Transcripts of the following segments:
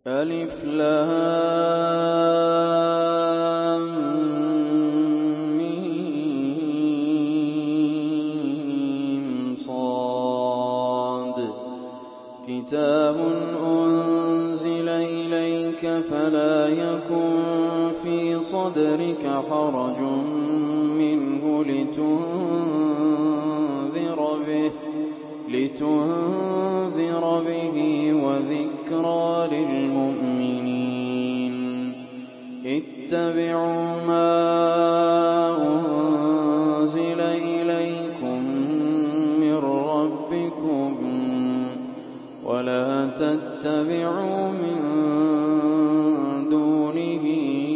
ألف لام ميم صاد كتاب أنزل إليك فلا يكن في صدرك حرج منه لتنذر به وذكرى للمؤمنين اتبعوا ما أنزل إليكم من ربكم ولا تتبعوا من دونه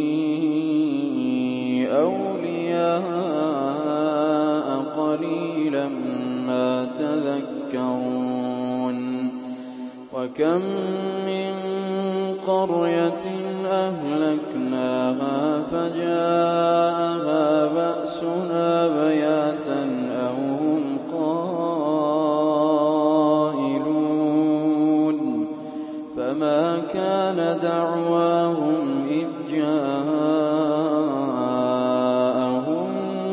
أولياء قليلا ما تذكرون وكم من قرية أهلكناها فجاءها بأسنا بياتا أو هم قائلون فما كان دعواهم إذ جاءهم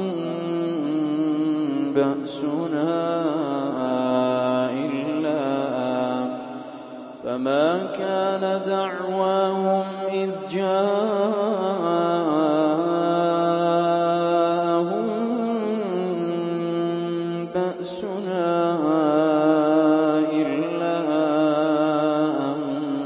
بأسنا إلا أن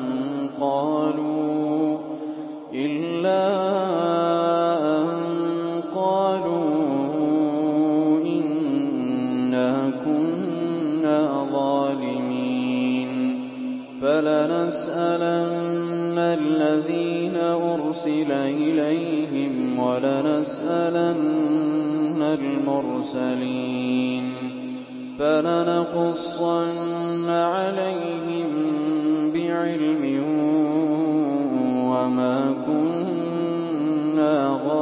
قالوا إنا كنا ظالمين فلنسألن الذين أرسل إليهم ولنسألن المرسلين فلنقصن عليهم بعلم وما كنا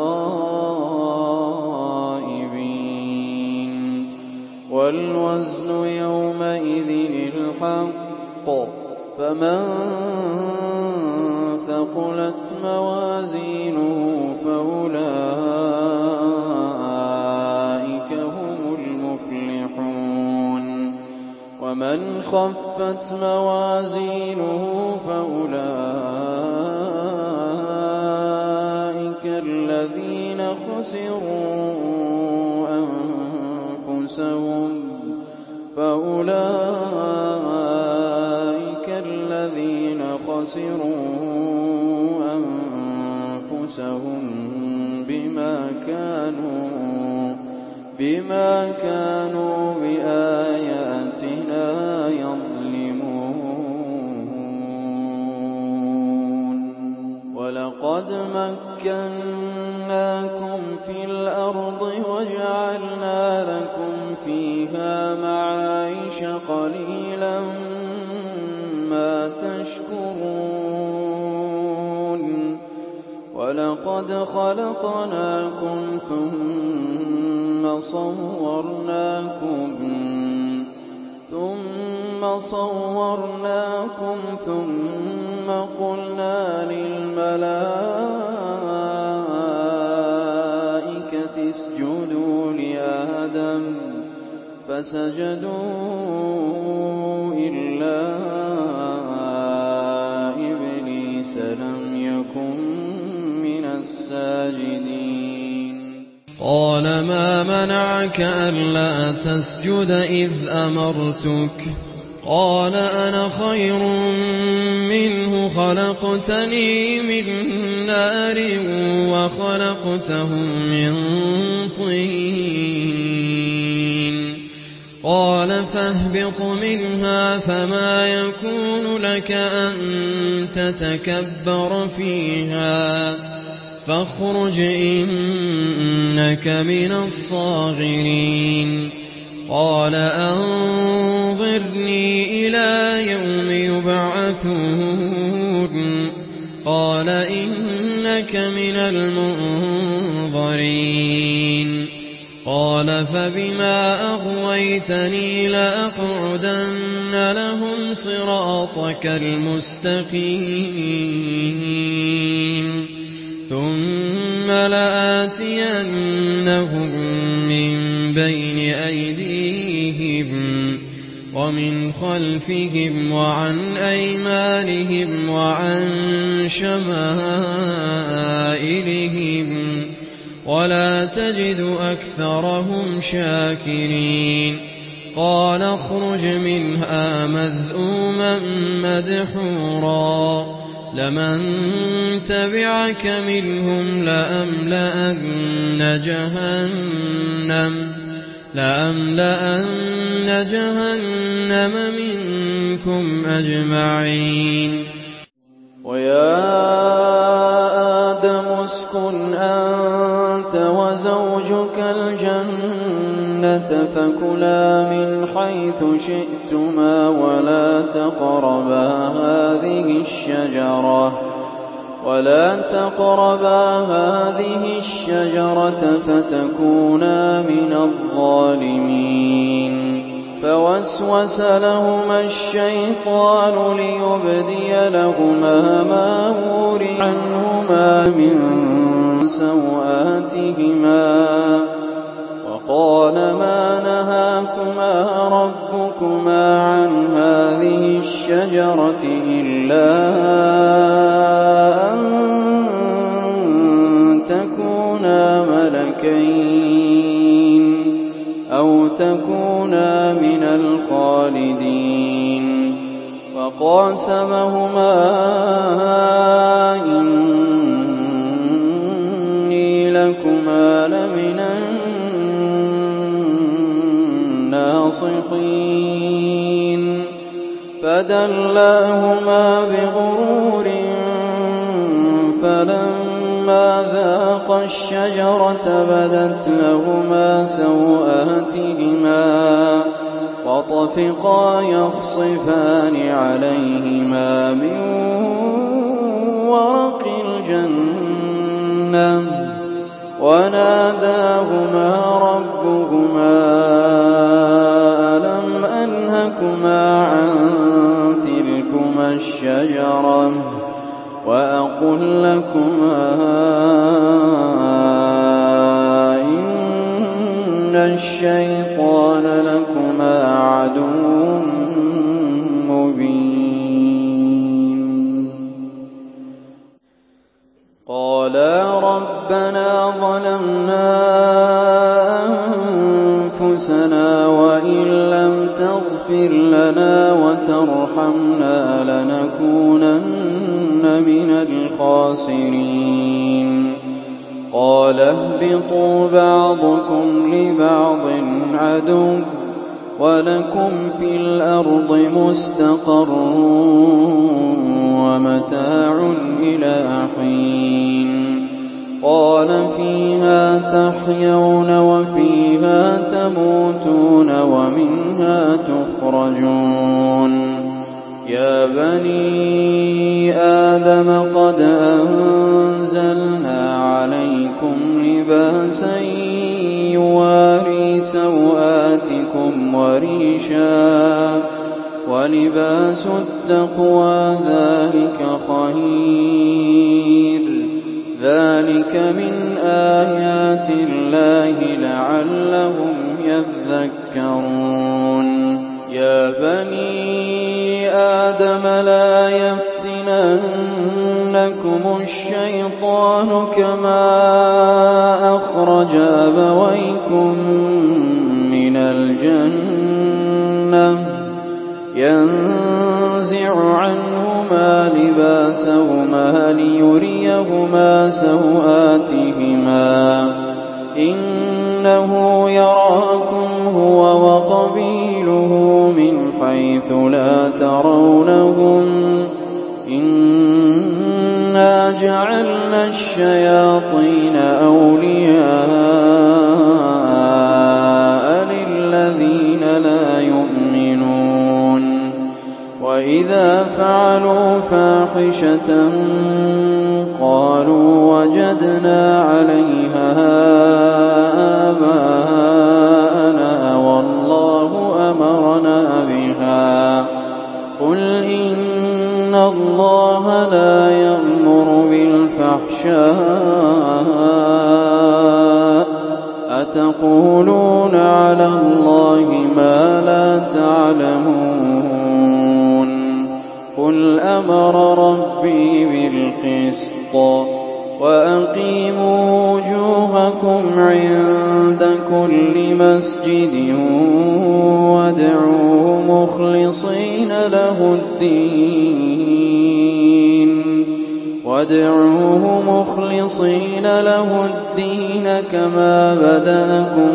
غائبين والوزن يومئذ الحق فمن ثقلت موازينه فأولئك هم المفلحون ومن خفت موازينه فأولئك الذين خسروا أنفسهم بما كانوا بآياتنا يظلمون ولقد مكناكم في الأرض وجعلنا لكم فيها معايش قليلا ما تشكرون ولقد خلقناكم ثم صورناكم ثم قلنا للملائكة اسجدوا لآدم فسجدوا إلا إبليس لم يكن من الساجدين قال ما منعك ألا تسجد إذ أمرتك قال أنا خير منه خلقتني من نار وخلقته من طين قال فاهبط منها فما يكون لك أن تتكبر فيها فاخرج إنك من الصاغرين قال أنظرني إلى يوم يبعثون قال إنك من المنظرين قال فبما أغويتني لأقعدن لهم صراطك المستقيم ثم لآتينهم من بين أيديهم ومن خلفهم وعن أيمانهم وعن شمائلهم ولا تجد أكثرهم شاكرين قال اخرج منها مذءوما مدحورا لمن تبعك منهم لأملأن جهنم منكم أجمعين ويا آدم اسكن أنت وزوجك الجنة فكلا من حيث شئتما ولا تقربا هذه الشجرة فتكونا من الظالمين فوسوس لهما الشيطان ليبدي لهما ما وري عنهما من سوآتهما وقال ما نهاكما ربكما عن هذه الشجرة إلا أن تكونا ملكين أو تكونا من الخالدين وقاسمهما إني لكما لمن الناصحين فدلاهما بغرور فلما ذاقا الشجرة بدت لهما سوآتهما وطفقا يخصفان عليهما من ورق الجنة وناداهما ربهما ألم أنهكما عن تلكما الشجرة وأقل لكما إن الشيطان لكما عدو مبين قالا ربنا ظلمنا أنفسنا وإن لم تغفر لنا وترحمنا لنكونن من الخاسرين قال اهبطوا بعضكم لبعض عدو ولكم في الأرض مستقر ومتاع إلى حين قال فيها تحيون وفيها تموتون ومنها تخرجون يا بني آدم قد أنزلنا عليكم لباسا يواري سوآتكم وريشا ولباس التقوى ذلك خير ذلك من آيات الله لعلهم يذكرون يا بني آدم لا يفتننكم الشيطان كما أخرج أبويكم من الجنة ينزع عنهما لباسهما ليريهما سوآتهما إنه يراكم هو وقبيله من حيث لا ترونهم إنا جعلنا الشياطين أولياء للذين لا يؤمنون وإذا فعلوا فاحشة قالوا وجدنا عليها آباءنا اللَّهَ لَا يَأْمُرُ بِالْفَحْشَاءِ أَتَقُولُونَ عَلَى اللَّهِ مَا لَا تَعْلَمُونَ قُلْ أَمَرَ رَبِّي بِالْقِسْطِ وَأَقِيمُوا وُجُوهَكُمْ عِندَ كُلِّ مَسْجِدٍ وَادْعُوهُ مُخْلِصِينَ لَهُ الدِّينَ كَمَا بَدَأَكُمْ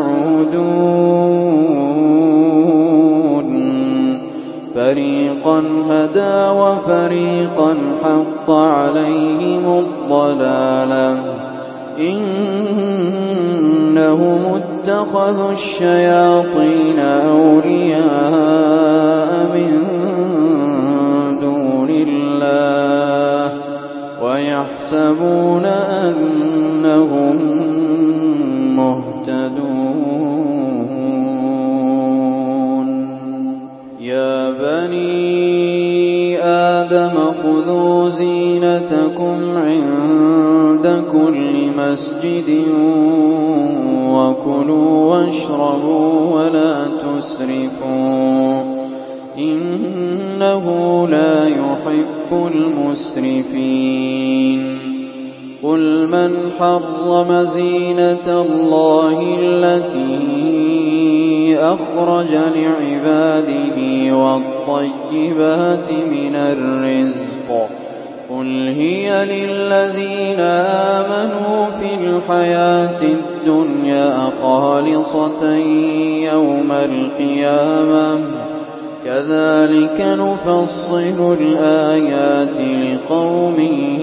تَعُودُونَ فَرِيقًا هَدَىٰ وَفَرِيقًا حَقَّ عَلَيْهِمُ الضَّلَالَةُ إِنَّهُمُ اتَّخَذُوا الشَّيَاطِينَ أَوْلِيَاءَ مِن دُونِ اللَّهِ وَيَحْسَبُونَ أَنَّهُم مُّهْتَدُونَ يَا بَنِي آدَمَ خُذُوا زِينَتَكُمْ عِندَ كُلِّ مَسْجِدٍ وَكُلُوا وَاشْرَبُوا وَلَا تُسْرِفُوا إِنَّهُ لَا يُحِبُّ الْمُسْرِفِينَ قُلْ مَنْ حَرَّمَ زِينَةَ اللَّهِ الَّتِي أَخْرَجَ لِعِبَادِهِ وَالطَّيِّبَاتِ مِنَ الرِّزْقِ قُلْ هِيَ لِلَّذِينَ آمَنُوا فِي الْحَيَاةِ الدُّنْيَا خَالِصَةً يَوْمَ الْقِيَامَةِ كَذَٰلِكَ نُفَصِّلُ الْآيَاتِ لِقَوْمٍ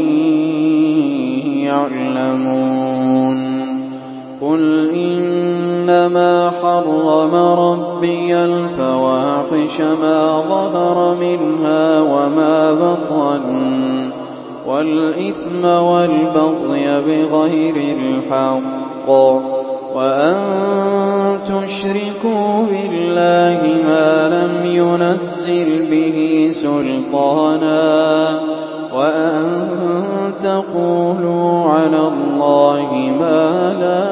يَعْلَمُونَ قُلْ إِنَّمَا حَرَّمَ رَبِّيَ الْفَوَاحِشَ مَا ظَهَرَ مِنْهَا وَمَا بَطَنَ وَالْإِثْمَ وَالْبَغْيَ بِغَيْرِ الْحَقِّ وَأَن تُشْرِكُوا بِاللَّهِ مَا لَمْ يُنَزِّلْ بِهِ سُلْطَانًا وَأَن تَقُولُوا عَلَى اللَّهِ مَا لَا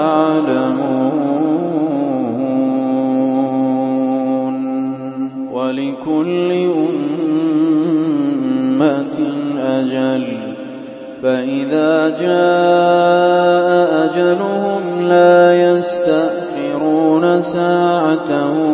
تَعْلَمُونَ وَلِكُلِّ أُمَّةٍ أَجَلٌ فَإِذَا جَاءَ أَجَلُهُمْ لَا يَسْتَأْخِرُونَ سَاعَةً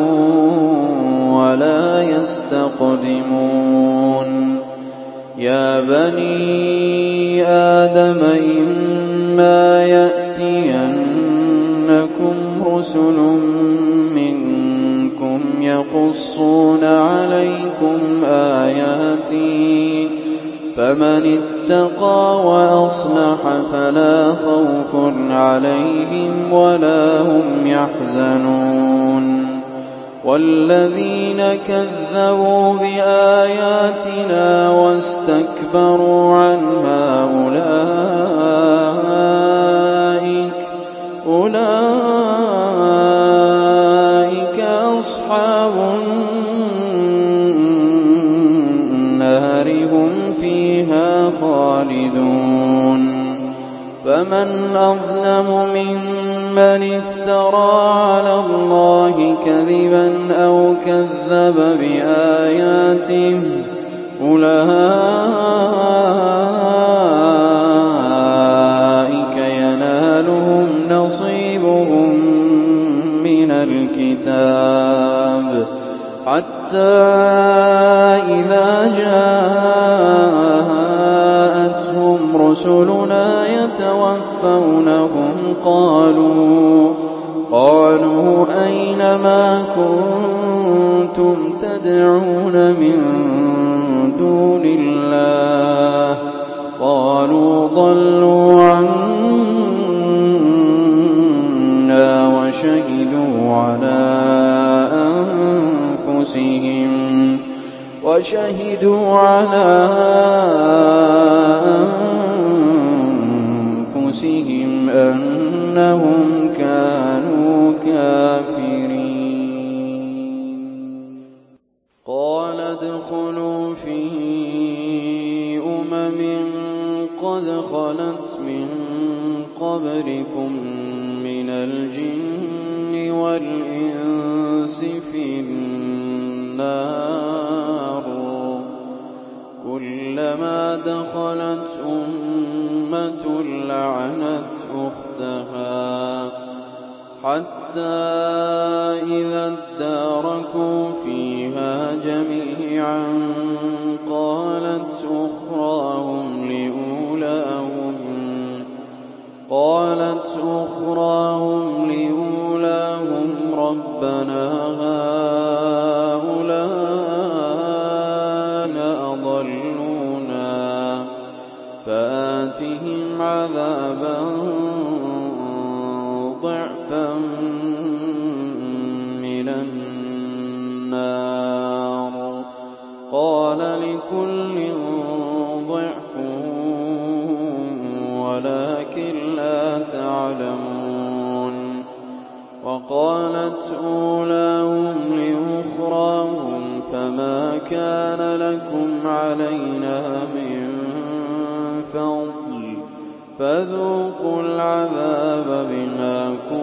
وَلَا يَسْتَقْدِمُونَ يَا بَنِي آدَمَ إِمَّا يَأْتِيَنَّكُمْ رُسُلٌ مِّنكُمْ يَقُصُّونَ عَلَيْكُمْ آيَاتِي فَمَنِ اتَّقَىٰ وَأَصْلَحَ فَلَا خَوْفٌ عَلَيْهِمْ وَلَا هُمْ يَحْزَنُونَ وَالَّذِينَ كَذَّبُوا بِآيَاتِنَا وَاسْتَكْبَرُوا عَنْهَا أُولَٰئِكَ أَصْحَابُ النَّارِ هُمْ فِيهَا خَالِدُونَ فَمَنْ أَظْلَمُ مِمَّنِ افْتَرَىٰ عَلَى اللَّهِ كَذِبًا أَوْ كَذَّبَ بِآيَاتِهِ أُولَٰئِكَ يَنَالُهُمْ نَصِيبُهُم مِّنَ الْكِتَابِ حَتَّىٰ إِذَا جَاءَتْهُمْ رُسُلُنَا يَتَوَفَّوْنَهُمْ قَالُوا أَيْنَ مَا كُنتُمْ تَدْعُونَ مِن دُونِ اللَّهِ قَالُوا ضَلُّوا عَنَّا وَشَهِدُوا عَلَىٰ أَنفُسِهِمْ أَنَّهُمْ كَانُوا كَافِرِينَ قَالَ ادْخُلُوا فِي أمم قد خلت من قبلكم من الجن والإنس في النار كلما دخلت أمة لعنت أختها حتى إذا اداركوا فيها جميعا قالت أخراهم لأولاهم ربنا هؤلاء أضلونا فآتهم عذابا ضعفا من النار قال لكل ضعف ولكن لا تعلمون وقالت أولاهم لأخراهم فما كان لكم علينا من فضل فذوقوا العذاب بما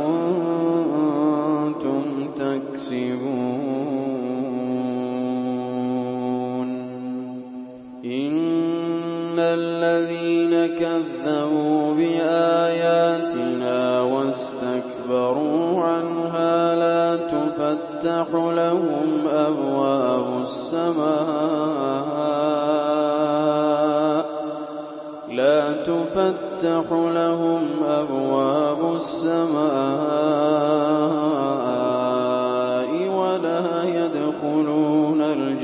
كنتم تكسبون إن الذين كذبوا بآياتنا واستكبروا عنها لا تفتح لهم أبواب السماء ولا يدخلون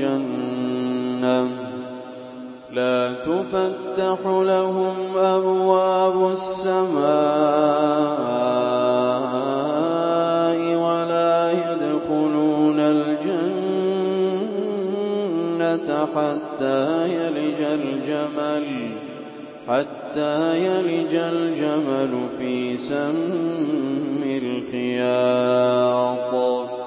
الجنة حتى يلج الجمل في سم الخياط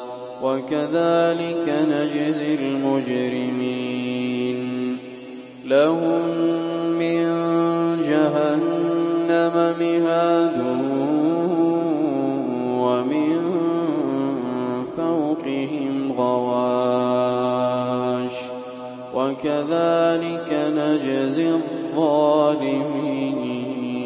وكذلك نجزي المجرمين لهم من جهنم مهاد ومن فوقهم غواش وكذلك نجزي الظالمين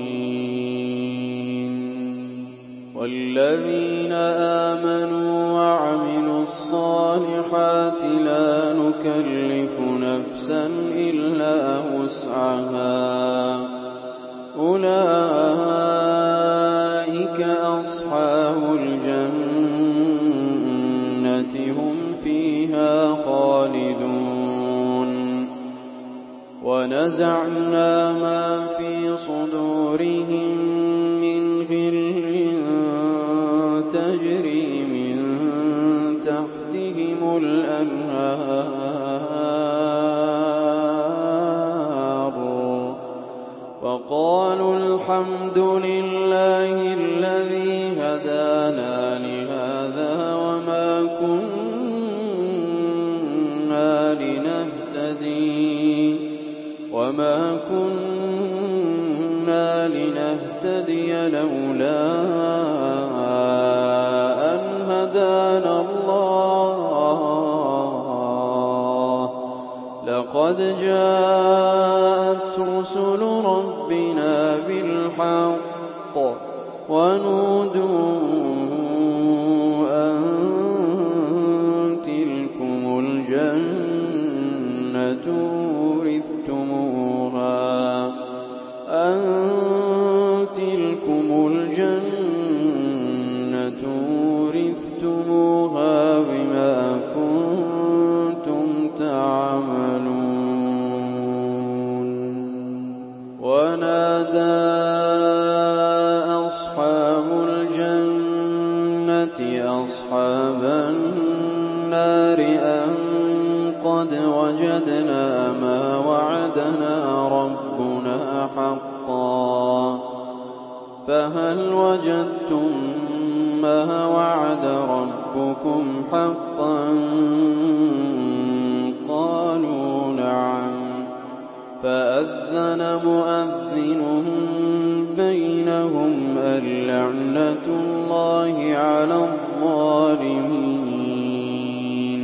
والذين آمنوا وعملوا الصالحات لا نكلف نفسا إلا وسعها أولئك أصحاب الجنة هم فيها خالدون ونزعنا ما في صدورهم من غل تجري من تحتهم الأنهار وقالوا الحمد لله الذي هدانا لهذا وما كنا لنهتدي لولا أن هدانا الله لقد جاءت رسل ربنا بالحق ونودوا أن تلكم الجنة ورثتموها بما كنتم تعملون ونادى أصحاب الجنة أصحاب النار أن قد وجدنا ما وعدنا ربنا حقا فهل وجدتم ما وعد ربكم حقا قالوا نعم فأذن مؤذن بينهم اللعنة الله على الظالمين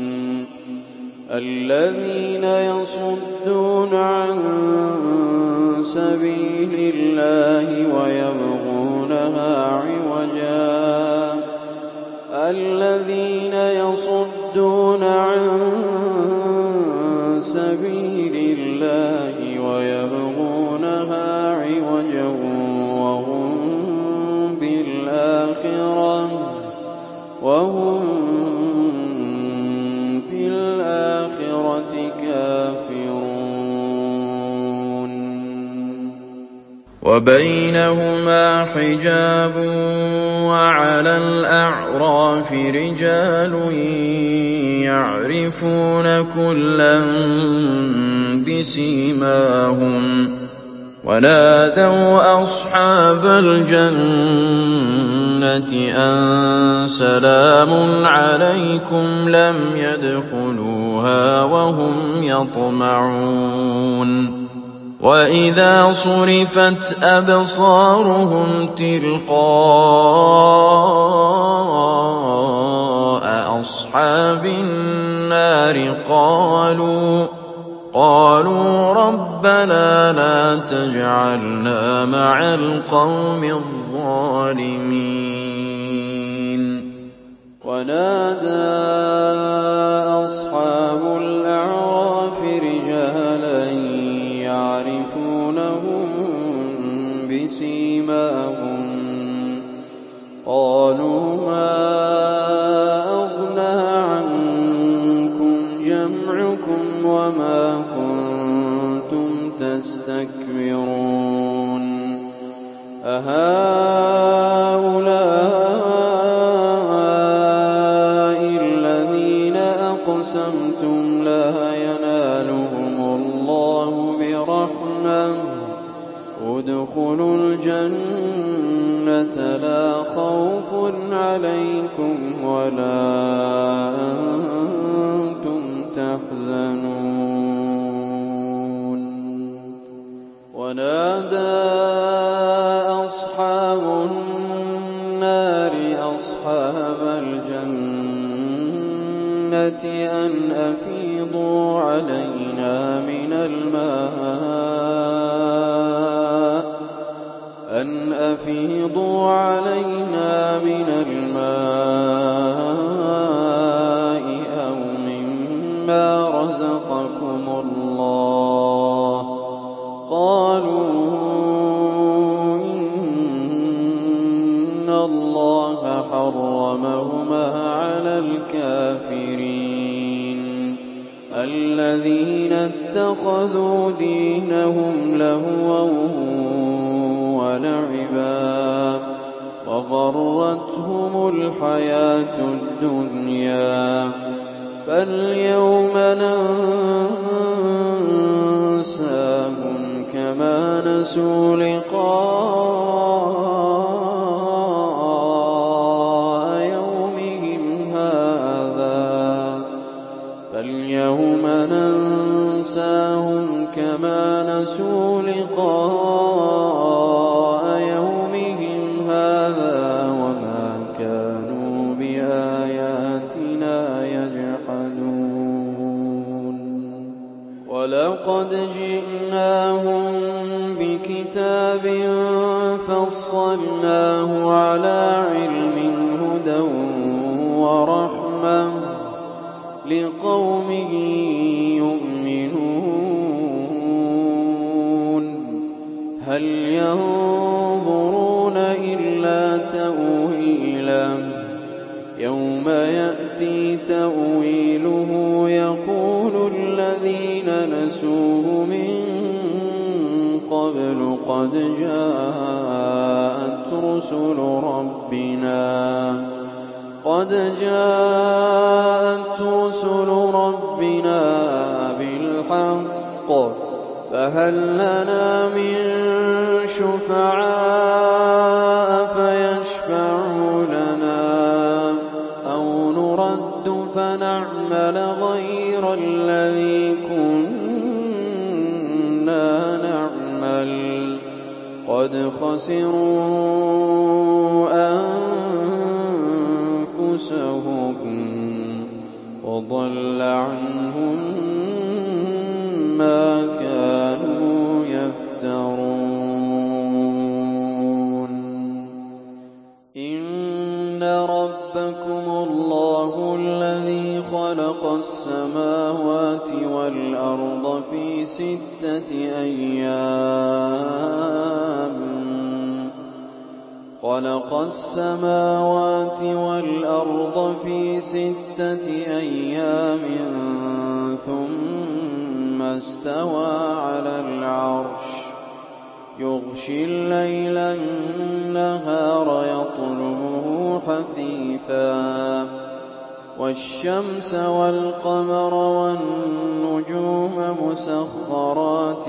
الذين يصدون عن سبيل الله ويبغونها عوجا وهم بالآخرة كافرون وبينهما حجاب وعلى الأعراف رجال يعرفون كلا بسيماهم ونادوا أصحاب الجنة أن سلام عليكم لم يدخلوها وهم يطمعون وإذا صرفت أبصارهم تلقاء أصحاب النار قالوا ربنا لا تجعلنا مع القوم الظالمين ونادى أصحاب الأعراف رجالا يعرفونهم بسيماهم قالوا ما أغنى عنكم جمعكم وما كنتم تستكبرون أهؤلاء الذين أقسمتم لا ينالهم الله برحمة ادخلوا الجنة لا خوف عليكم ولا أنتم تحزنون ونادى أصحاب النار أصحاب الجنة أن أفيضوا علينا من الماء أو مما رزقكم الله قالوا إن الله حرمهما على الكافرين الذين اتخذوا دينهم لهوا ولعبا وغرتهم الحياة الدنيا فاليوم ننساهم كما نسوا لقاء يومهم هذا فاليوم ننساهم كما نسوا لقاء يومهم هذا وما كانوا بآياتنا يجحدون ولقد جئناهم بكتاب فصلناه على علم هدى ورحمة لقوم يؤمنون هل ينظرون إلا تأويله يوم يأتي تأويله يقول الذين نسوه من قبل قد جاءت رسل ربنا بالحق فهل لنا من شفعاء فيشفعوا لنا أو نرد فنعمل غير الذي كنا فقد خسروا أنفسهم وضل عنهم ما كانوا يفترون إن ربكم الله الذي خلق السماوات والأرض في 6 أيام ثم استوى على العرش يغشي الليل النهار يطلبه حثيثا والشمس والقمر والنجوم مسخرات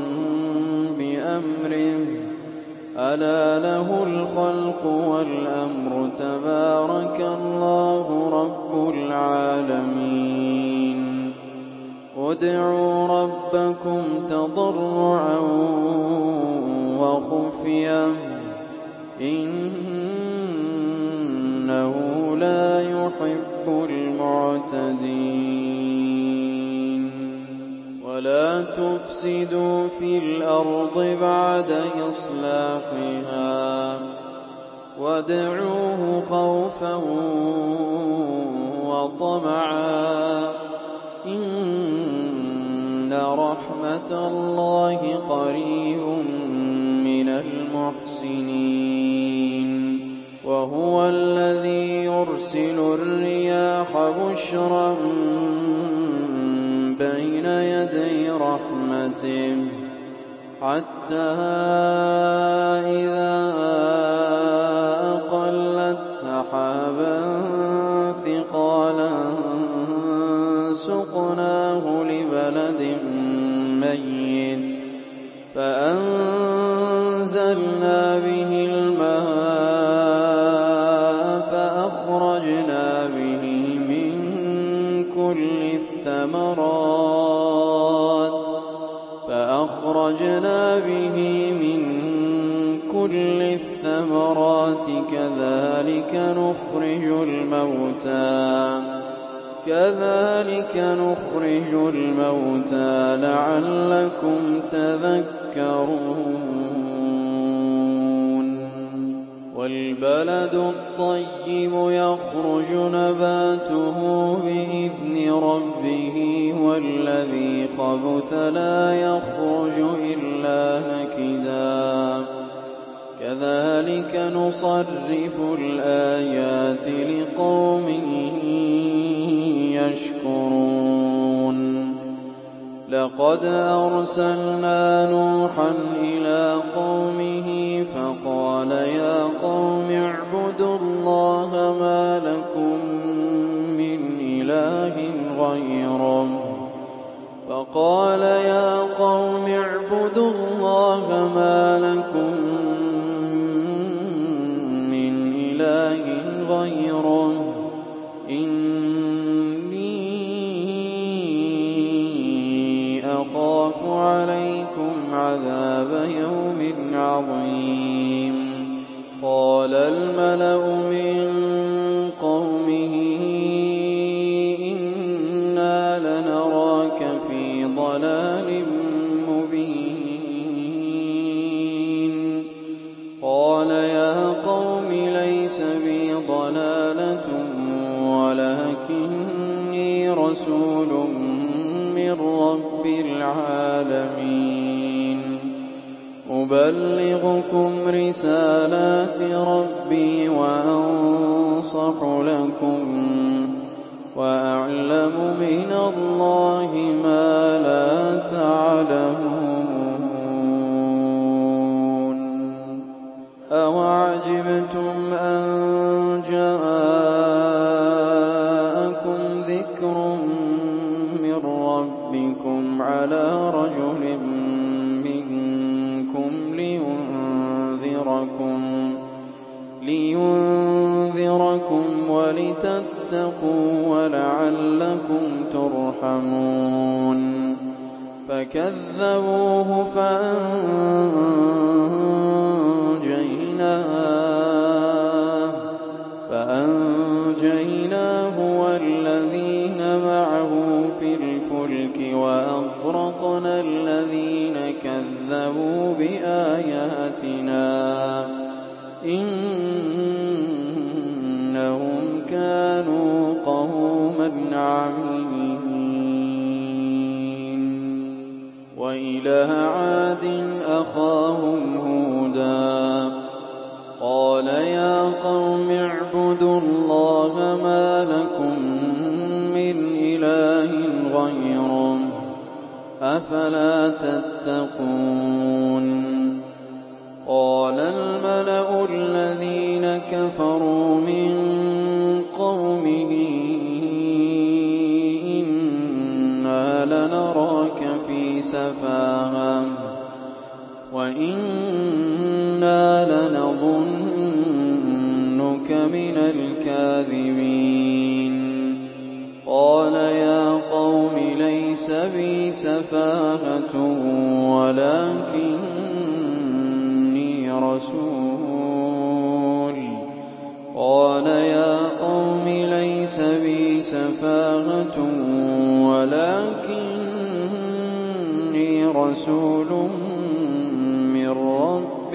بأمره ألا له الخلق والأمر تبارك الله رب العالمين ادعوا ربكم تضرعا وخفية إنه لا يحب المعتدين ولا تفسدوا في الأرض بعد إصلاحها وادعوه خوفا وطمعا إن رحمة الله قريب من المحسنين وهو الذي يرسل الرياح بشرا بين يدي رحمته حتى إذا أقلت سحابا ثقالا سقناه لبلد ميت فأنزلنا به الماء فأخرجنا به من كل الثمرات كذلك نخرج الموتى لعلكم تذكرون والبلد الطيب يخرج نباته بإذن ربه والذي خبث لا يخرج إلا نكدا كذلك نصرف الآيات لقوم يشكرون لقد أرسلنا نوحا إلى قومه فقال يا قوم اعبدوا الله ما لكم من إله غيره إني أخاف عليكم عذاب يوم عظيم قال الملأ من قومه إنا لنراك في ضلال مبين قال يا قوم ليس بي ضلالة ولكني رسول من رب العالمين أبلغكم رسالات ربي وأنصح لكم وأعلم من الله ما لا تعلمون أوعجبتم أن جاءكم ذكر من ربكم على رجل منكم لينذركم ولتتقوا ولعلكم ترحمون فكذبوه كَذَّبُوا بِآيَاتِنَا إِنَّهُمْ كَانُوا قَوْمًا عَمِينَ وَإِلَىٰ عَادٍ أَخَاهُمْ هُودًا قَالَ يَا قَوْمِ اعْبُدُوا اللَّهَ مَا لَكُم مِّنْ إِلَٰهٍ غَيْرُهُ أَفَلَا تَتَّقُونَ قَالَ الْمَلَأُ الَّذِينَ كَفَرُوا مِن قَوْمِهِ إِنَّا لَنَرَاكَ فِي سَفَاهَةٍ وَإِنَّا لَنَظُنُّكَ مِنَ الْكَاذِبِينَ قَالَ يَا قَوْمِ لَيْسَ بِي سَفَاهَةٌ وَلَٰكِنِّي رَسُولٌ مِّن رَّبِّ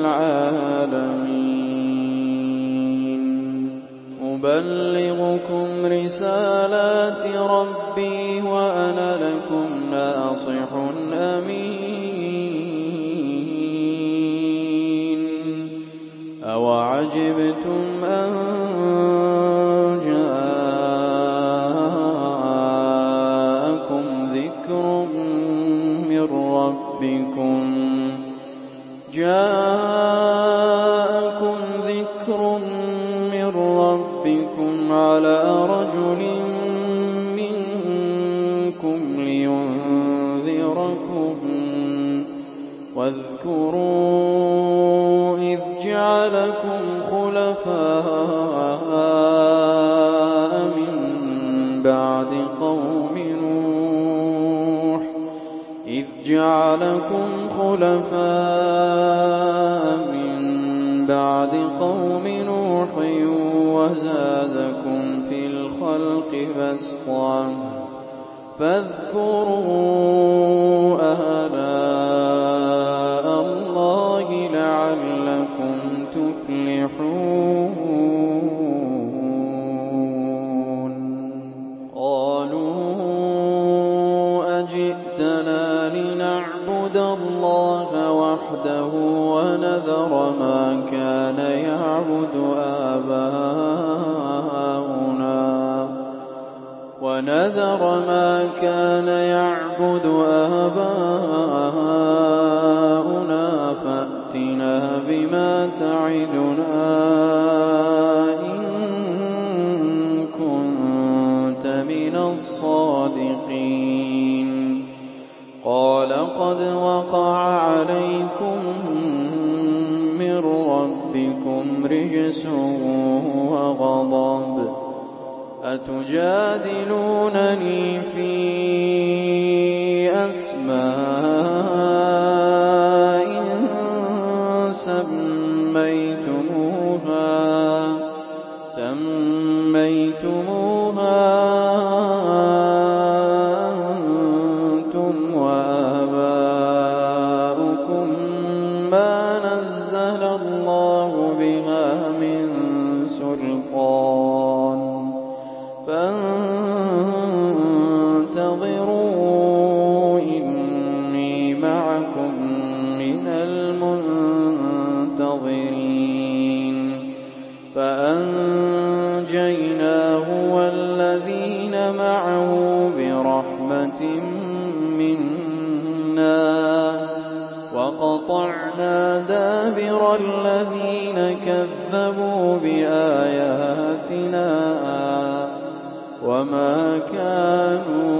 الْعَالَمِينَ أُبَلِّغُكُمْ رِسَالَاتِ رَبِّي وَأَنَا لَكُمْ نَاصِحٌ أَمِينٌ أَوَعَجِبْتُمْ أَن جَاءَكُمْ ذِكْرٌ مِّن رَّبِّكُمْ عَلَىٰ رَجُلٍ مِّنكُمْ لِيُنذِرَكُمْ ۚ وَاذْكُرُوا إِذْ جَعَلَكُمْ خُلَفَاءَ مِن بَعْدِ قَوْمِ نُوحٍ وَزَادَكُمْ فِي الْخَلْقِ بَسْطَةً ۖ فاذكروا آلاء اللَّهِ لَعَلَّكُمْ تُفْلِحُونَ قَالُوا أَجِئْتَنَا لِنَعْبُدَ اللَّهَ وَحْدَهُ وَنَذَرَ مَا كَانَ يَعْبُدُ آبَاؤُنَا فَأْتِنَا بِمَا تَعِدُنَا إِن كُنتَ مِنَ الصَّادِقِينَ قَالَ قَدْ وَقَعَ عَلَيْكُم مِّن رَّبِّكُمْ رِجْسٌ وَغَضَبٌ أَتُجَادِلُونَنِي فِي أَسْمَاءٍ سَمَّيْتُمُوهَا أَنتُمْ وَآبَاؤُكُم مَّا نَزَّلَ اللَّهُ بِهَا مِن سُلْطَانٍ فَانتَظِرُوا إِنِّي مَعَكُم مِّنَ الْمُنتَظِرِينَ فَأَنجَيْنَاهُ وَالَّذِينَ مَعَهُ بِرَحْمَةٍ مِّنَّا وَقَطَعْنَا دَابِرَ الَّذِينَ كَذَّبُوا بِآيَاتِنَا وَمَا كَانُوا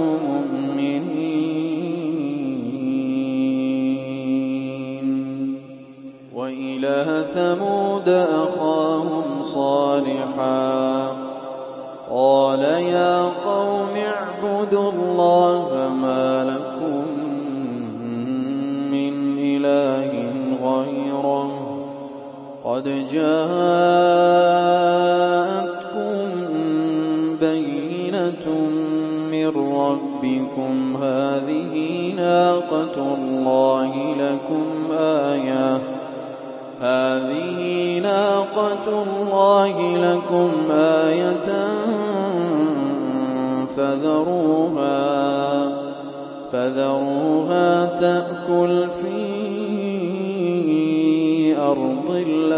مُؤْمِنِينَ وَإِلَىٰ ثَمُودَ أَخَاهُمْ صَالِحًا قَالَ يَا قَوْمِ اعْبُدُوا اللَّهَ مَا لَكُم مِّنْ إِلَٰهٍ غَيْرُهُ قَدْ جَاءَتْكُم بَيِّنَةٌ مِّن رَّبِّكُمْ هَٰذِهِ ناقة الله لكم آية فذروها تأكل في أرض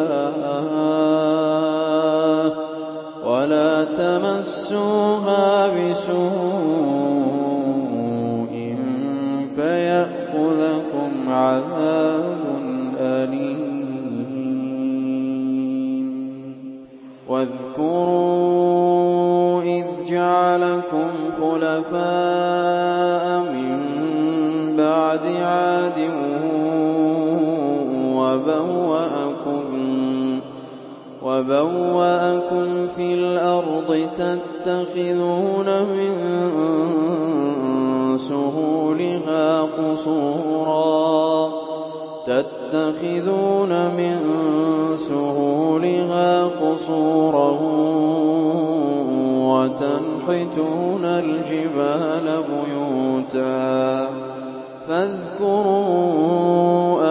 الله ولا تمسوها بسوء فيأخذكم عذاب أليم. واذكروا إذ جعلكم خلفاء من بعد عاد وبوأكم في الأرض تتخذون من سهولها قصورا وتنحتون الجبال بيوتا فاذكروا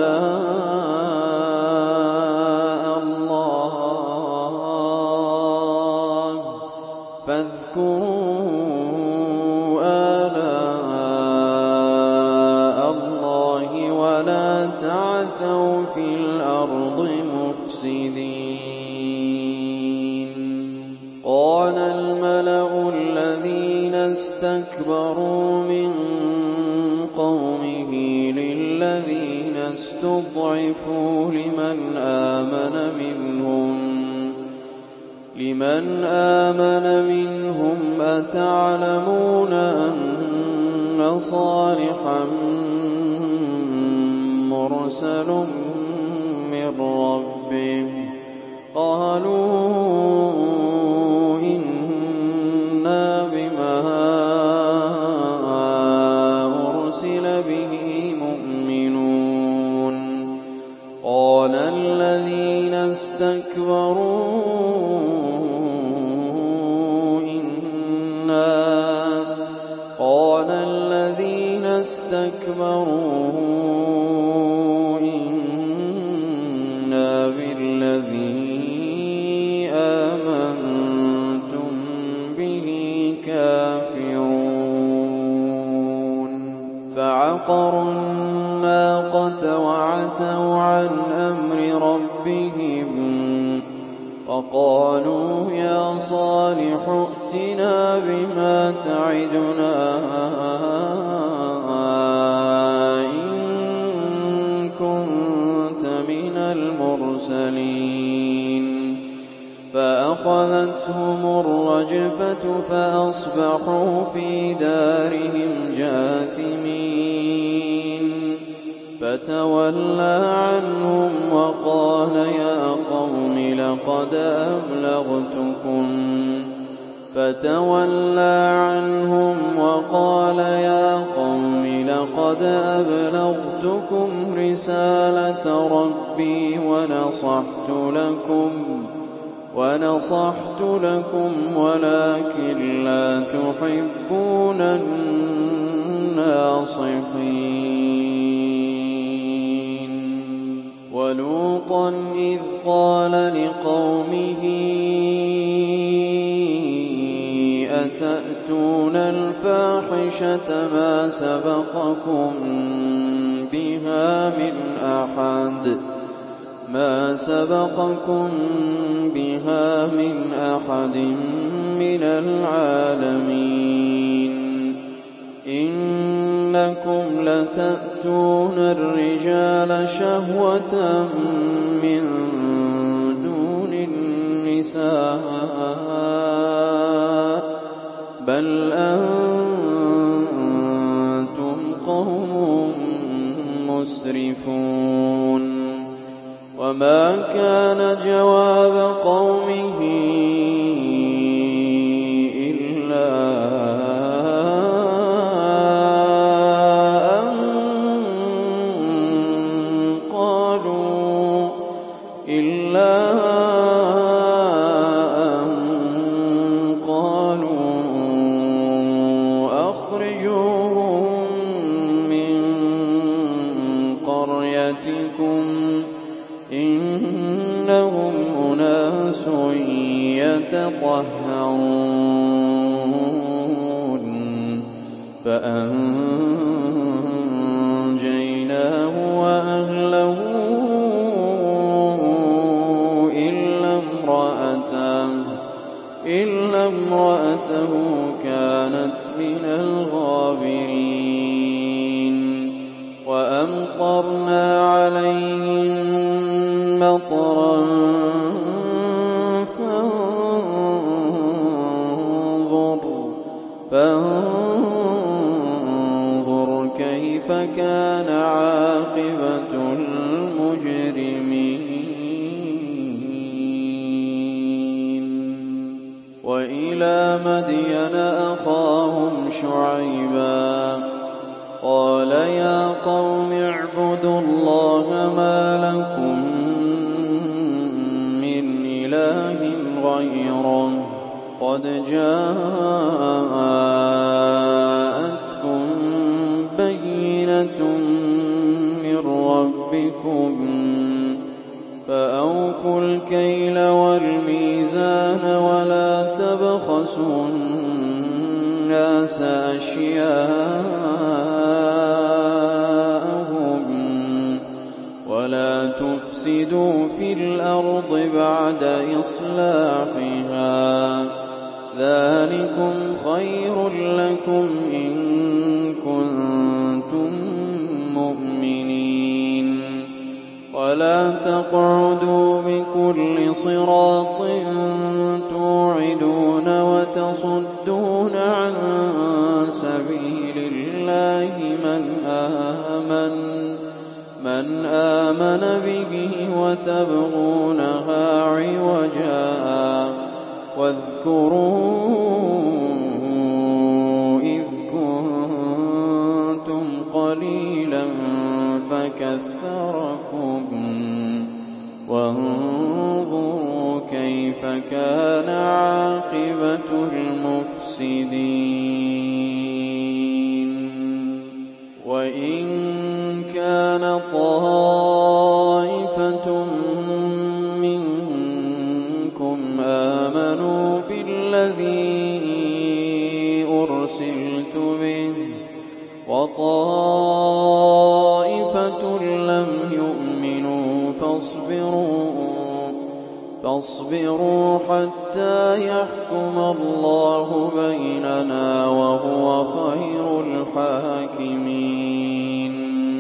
آلاء الله ولا تعثوا في الأرض مفسدين. قال الملأ الذين استكبروا من قومه للذين استضعفوا لمن آمن منهم أتعلمون أن صالحا مرسل من ربه قالوا إنا بما أرسل به مؤمنون. قال الذين استكبروا إنا بالذي آمنتم به كافرون. فعقروا الناقة وعتوا عن أمر ربهم وقالوا يا صالح ائتنا بما تعدنا إن كنت من المرسلين. فأخذتهم الرجفة فأصبحوا في دارهم جاثمين. فتولى عنهم وقال يا قوم لقد أبلغتكم رسالة ربي ونصحت لكم ولكن لا تحبون الناصحين. ولوطا إذ قال لقومه أتأتون الفاحشة ما سبقكم بها من أحد من العالمين. إنكم لتأتون الرجال شهوة من دون النساء بل أنتم قوم مسرفون. وما كان جواب قومه إلا أن قالوا أخرجوهم قريتكم إنهم أناس يتطهرون فأنجيناه وأهله إلا امرأته كانت من الغابرين وأمطرنا عليهم مطرا فانظر كيف كان عاقبة المجرمين وإلى مدين أخاهم شعيبا قال يا قوم اعبدوا الله ما لكم من إله غيره قد جاءتكم بينة من ربكم فأوفوا الكيل والميزان ولا تبخسوا الناس أشياءهم ولا تفسدوا في الأرض بعد إصلاحها ذلكم خير لكم إن كنتم مؤمنين ولا تقعدوا بكل صراط توعدون وتصدون عن سبيل الله من آمن به وتبغونها عوجا واذكروا إذ كنتم قليلا فكثركم وانظروا كيف كان عاقبة المفسدين وإن كان طائفة منكم آمنوا بالذي أرسلت به وطائفة لم يؤمنوا فاصبروا حتى يحكم الله بيننا وهو خير الحاكمين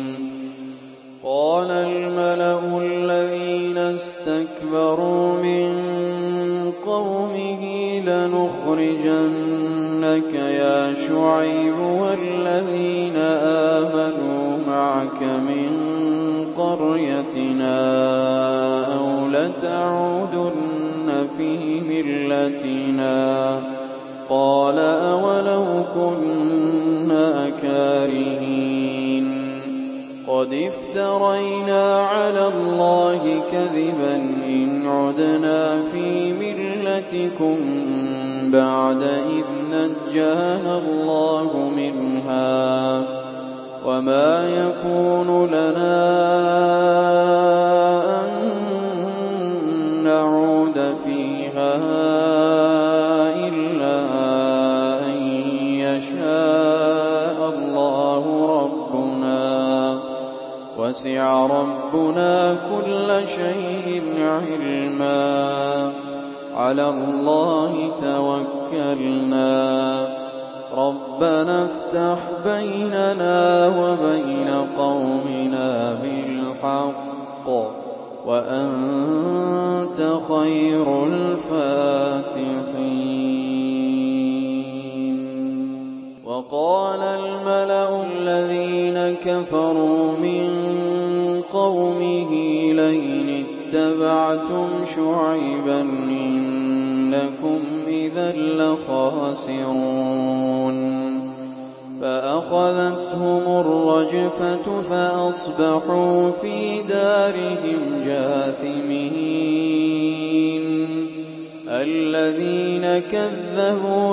قال الملأ الذين استكبروا من قومه لنخرجنك يا شعيب والذين آمنوا معك من قريتنا أو لتعودن في ملتنا قال أولو كنا كارهين قد افترينا على الله كذبا إن عدنا في ملتكم بعد إذ نجانا الله منها وما يكون لنا أن نعود فيها إلا أن يشاء الله ربنا وسع ربنا كل شيء علما على الله توكلنا ربنا افتح بيننا وبين قومنا بالحق وأنت خير الفاتحين وقال الملأ الذين كفروا من قومه لئن اتبعتم شعيبا إنكم إذا لخاسرون فأخذتهم الرجفة فأصبحوا في دارهم جاثمين الذين كذبوا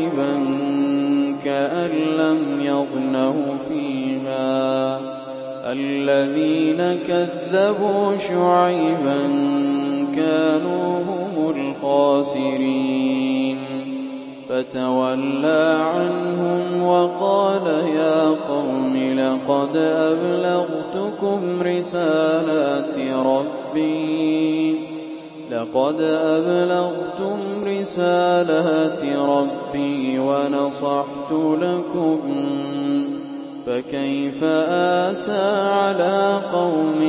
شعيبا كأن لم يغنوا فيها الَّذِينَ كَذَّبُوا شُعَيْبًا كَانُوا هُمُ الْخَاسِرِينَ فَتَوَلَّىٰ عَنْهُمْ وَقَالَ يَا قَوْمِ لَقَدْ أَبْلَغْتُمْ رِسَالَاتِ رَبِّي وَنَصَحْتُ لَكُمْ فَكَيْفَ آسَىٰ عَلَىٰ قَوْمٍ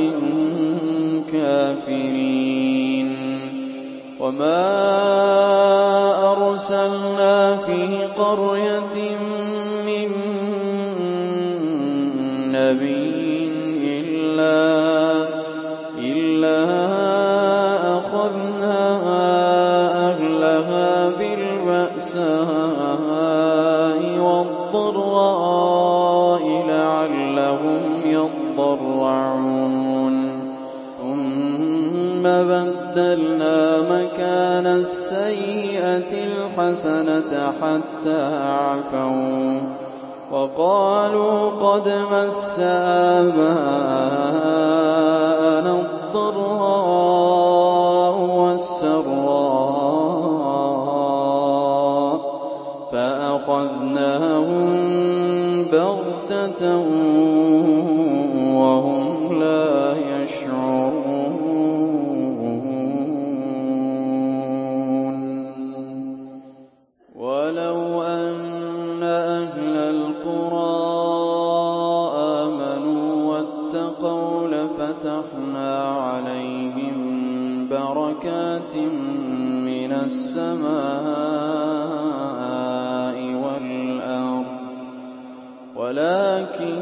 كَافِرِينَ وَمَا أَرْسَلْنَا فِي قَرْيَةٍ مِّن نَّبِيٍّ إِلَّا أَخَذْنَا أَهْلَهَا بِالْبَأْسَاءِ وَالضَّرَّاءِ لَعَلَّهُمْ يَضَّرَّعُونَ ثُمَّ بَدَّلْنَا مَكَانَ السَّيِّئَةِ الْحَسَنَةَ حَتَّىٰ عَفَوا وَقَالُوا قَدْ مَسَّ آبَاءَنَا الضَّرَّاءُ وَالسَّرَّاءُ فَأَخَذْنَاهُم بَغْتَةً وَهُمْ لَا يَشْعُرُونَ وَلَوْ أَنَّ أَهْلَ الْقُرَىٰ آمَنُوا وَاتَّقَوْا لَفَتَحْنَا عَلَيْهِم بَرَكَاتٍ مِّنَ السَّمَاءِ وَالْأَرْضِ وَلَٰكِن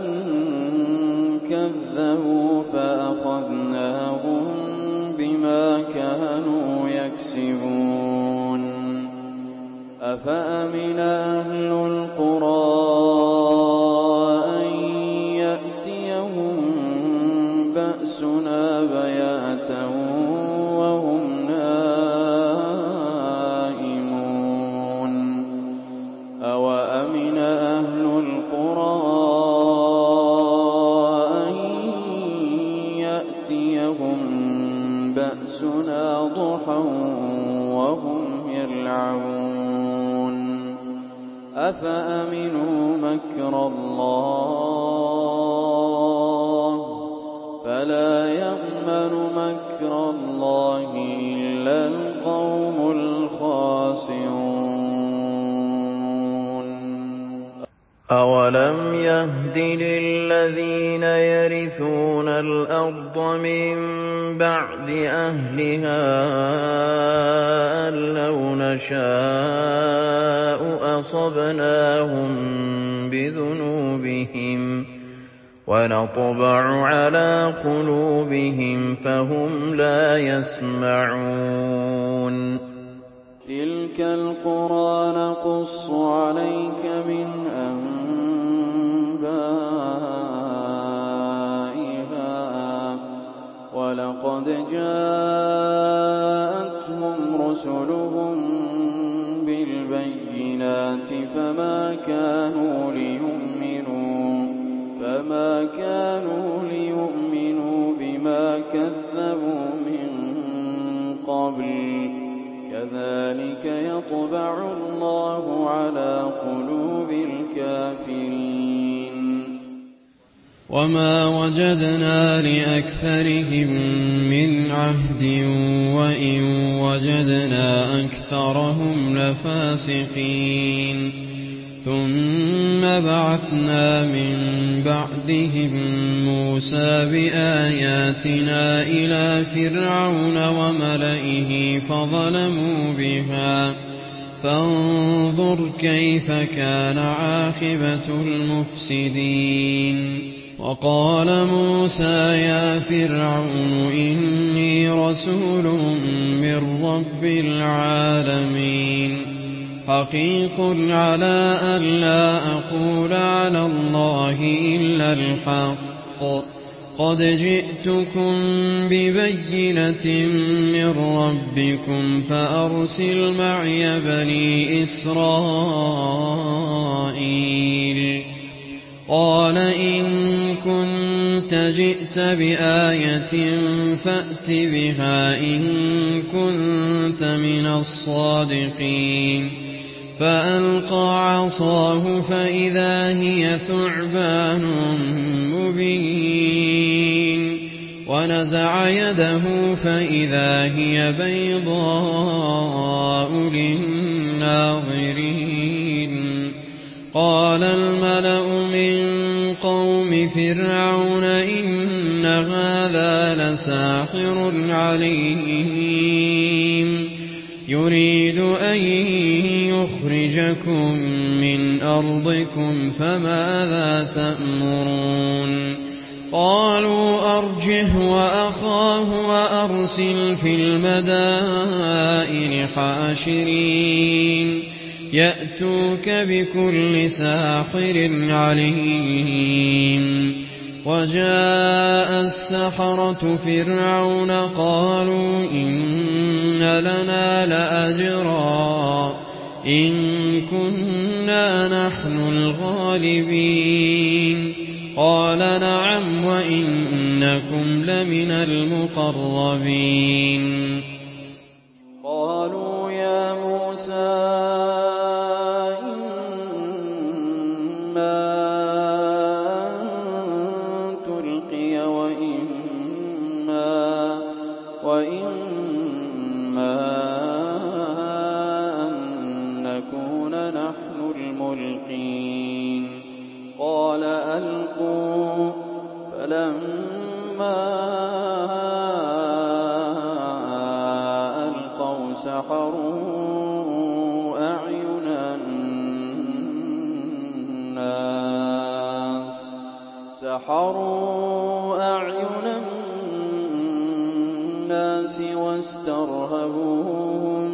كَذَّبُوا فَأَخَذْنَاهُم بِمَا كَانُوا يَكْسِبُونَ أَفَأَمِنَ أَهْلُ الْقُرَىٰ أَن يَأْتِيَهُم بَأْسُنَا بَيَاتًا وَهُمْ نَائِمُونَ أَوَأَمِنَ أَهْلُ الْقُرَىٰ أَن يَأْتِيَهُم بَأْسُنَا ضُحًى وَهُمْ يَلْعَبُونَ أَفَأَمِنُوا مَكْرَ اللَّهِ فَلَا يَأْمَنُ مَكْرَ اللَّهِ إِلَّا الْقَوْمُ الْخَاسِرُونَ أَوَلَمْ يَهْدِ لِلَّذِينَ يَرِثُونَ الْأَرْضَ مِن بَعْدِ أَهْلِهَا أَن لَّوْ نَشَاءُ أَصَبْنَاهُم بِذُنُوبِهِمْ وَنَطْبَعُ عَلَىٰ قُلُوبِهِمْ فَهُمْ لَا يَسْمَعُونَ تِلْكَ الْقُرَىٰ نَقُصُّ عَلَيْكَ مِنْ أَنبَائِهَا وَلَقَدْ جَاءَتْهُمْ رُسُلُهُم بِالْبَيِّنَاتِ فَمَا كَانُوا لِيُؤْمِنُوا بِمَا كَذَّبُوا مِن قَبْلُ كَذَٰلِكَ يَطْبَعُ اللَّهُ عَلَىٰ قُلُوبِ الْكَافِرِينَ وَمَا وَجَدْنَا لِأَكْثَرِهِم مِّنْ عَهْدٍ وَإِن وَجَدْنَا أَكْثَرَهُمْ لَفَاسِقِينَ ثُمَّ بَعَثْنَا مِن بَعْدِهِم مُّوسَىٰ بِآيَاتِنَا إِلَىٰ فِرْعَوْنَ وَمَلَئِهِ فَظَلَمُوا بِهَا فَانظُرْ كَيْفَ كَانَ عَاقِبَةُ الْمُفْسِدِينَ وَقَالَ مُوسَىٰ يَا فِرْعَوْنُ إِنِّي رَسُولٌ مِّن رَّبِّ الْعَالَمِينَ حَقِيقٌ عَلَىٰ أَلَّا أَقُولَ عَلَى اللَّهِ إِلَّا الْحَقَّ قَدْ جِئْتُكُم بِبَيِّنَةٍ مِّن رَّبِّكُمْ فَأَرْسِلْ مَعِيَ بَنِي إِسْرَائِيلَ قال إن كنت جئت بآية فأت بها إن كنت من الصادقين فألقى عصاه فإذا هي ثعبان مبين ونزع يده فإذا هي بيضاء للناظرين قال الملأ من قوم فرعون إن هذا لساحر عليم يريد أن يخرجكم من أرضكم فماذا تأمرون قالوا أرجه وأخاه وأرسل في المدائن حاشرين يأتوك بكل ساحر عليم وجاء السحرة فرعون قالوا إن لنا لأجرا إن كنا نحن الغالبين قال نعم وإنكم لمن المقربين قالوا يا موسى وإما أن نكون نحن الملقين قال ألقوا فلما ألقوا سحروا أعين الناس واسترهبوهم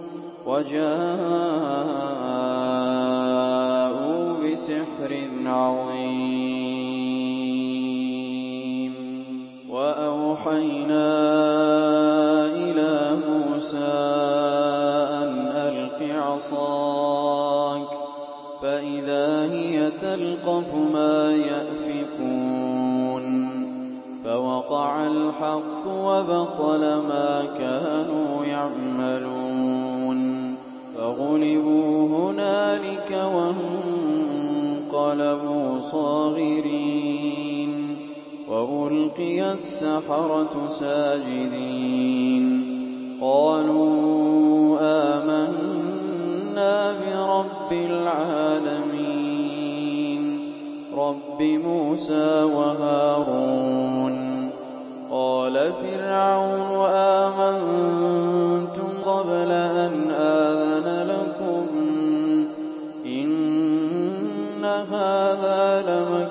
وجاءوا بسحر عظيم وأوحينا إلى موسى أن ألق عصاك فإذا هي تلقف ما يأفكون فوقع الحق وبطل ما كانوا يعملون فغلبوا هنالك وانقلبوا صاغرين وألقي السحرة ساجدين قالوا آمنا برب العالمين رب موسى وهارون قال فرعون آمنتم قبل أن آذن لكم إن هذا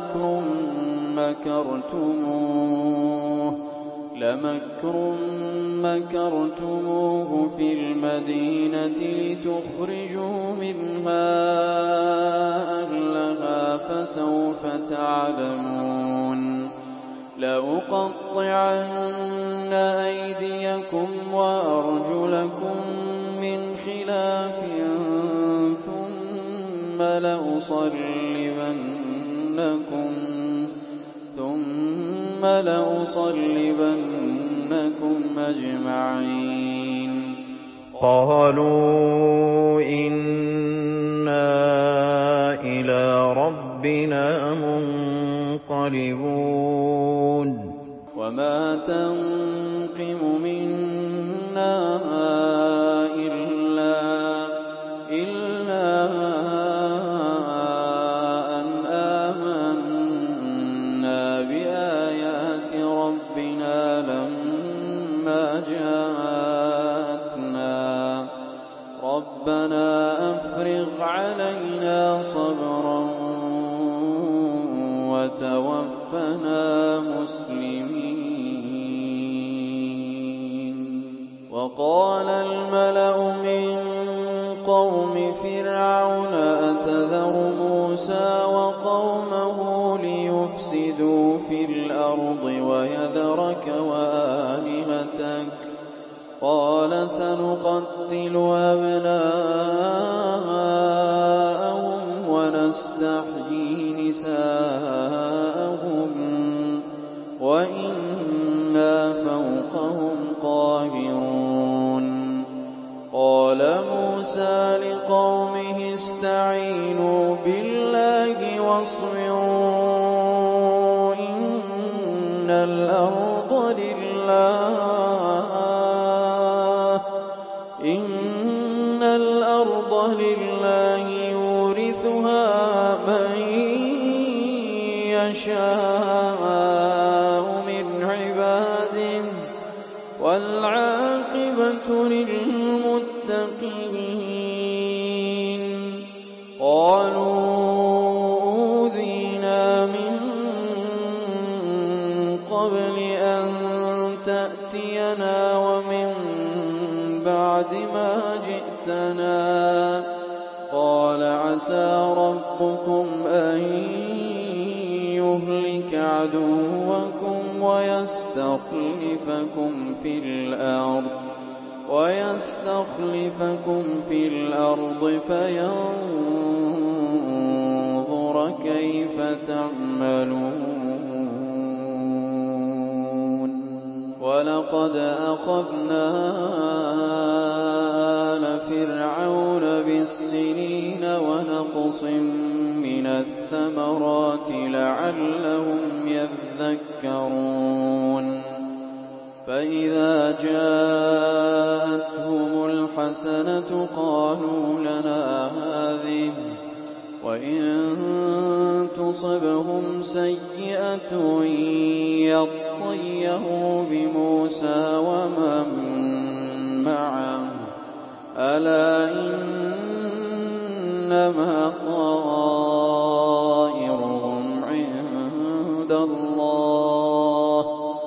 لمكر مكرتموه في المدينة لتخرجوا منها أهلها فسوف تعلمون لأقطعن أيديكم وأرجلكم من خلاف ثم لأصلبنكم أجمعين قالوا إنا إلى ربنا منقلبون وما تنقم منا إلا أن آمنا بآيات ربنا لما جاءتنا ربنا أفرغ علينا صبرا وتوفنا مسلمين وقال الملأ من قوم فرعون أتذر موسى وقومه ليفسدوا في الأرض ويذرك وآلهتك قال سنقتل أبناءهم ونستحيي نساءهم نِسَاءَهُمْ وَإِنَّا فَوْقَهُمْ قَاهِرُونَ قَالَ مُوسَىٰ لِقَوْمِهِ اسْتَعِينُوا بِاللَّهِ وَاصْبِرُوا إِنَّ الْأَرْضَ لِلَّهِ يُورِثُهَا مَن يَشَاءُ مِنْ عِبَادِهِ ۖ وَالْعَاقِبَةُ لِلْمُتَّقِينَ قَالُوا أُوذِينَا مِن قَبْلِ أَن تَأْتِيَنَا وَمِن بَعْدِ مَا جِئْتَنَا ۚ قَالَ عَسَىٰ رَبُّكُمْ أَن يُهْلِكَ عَدُوَّكُمْ وَيَسْتَخْلِفَكُمْ فِي الْأَرْضِ فَيَنظُرَ كَيْفَ تَعْمَلُونَ وَلَقَدْ أَخَذْنَا آلَ فِرْعَوْنَ بِالسِّنِينَ وَنَقْصٍ مِّنَ الثَّمَرَاتِ لَعَلَّهُمْ يَذَّكَّرُونَ فَإِذَا جَاءَتْهُمُ الْحَسَنَةُ قَالُوا لَنَا هَٰذِهِ ۖ وَإِن تُصِبْهُمْ سَيِّئَةٌ يَطَّيَّرُوا بِمُوسَىٰ وَمَن مَّعَهُ ۗ أَلَا إِنَّمَا طَائِرُهُمْ عِندَ اللَّهِ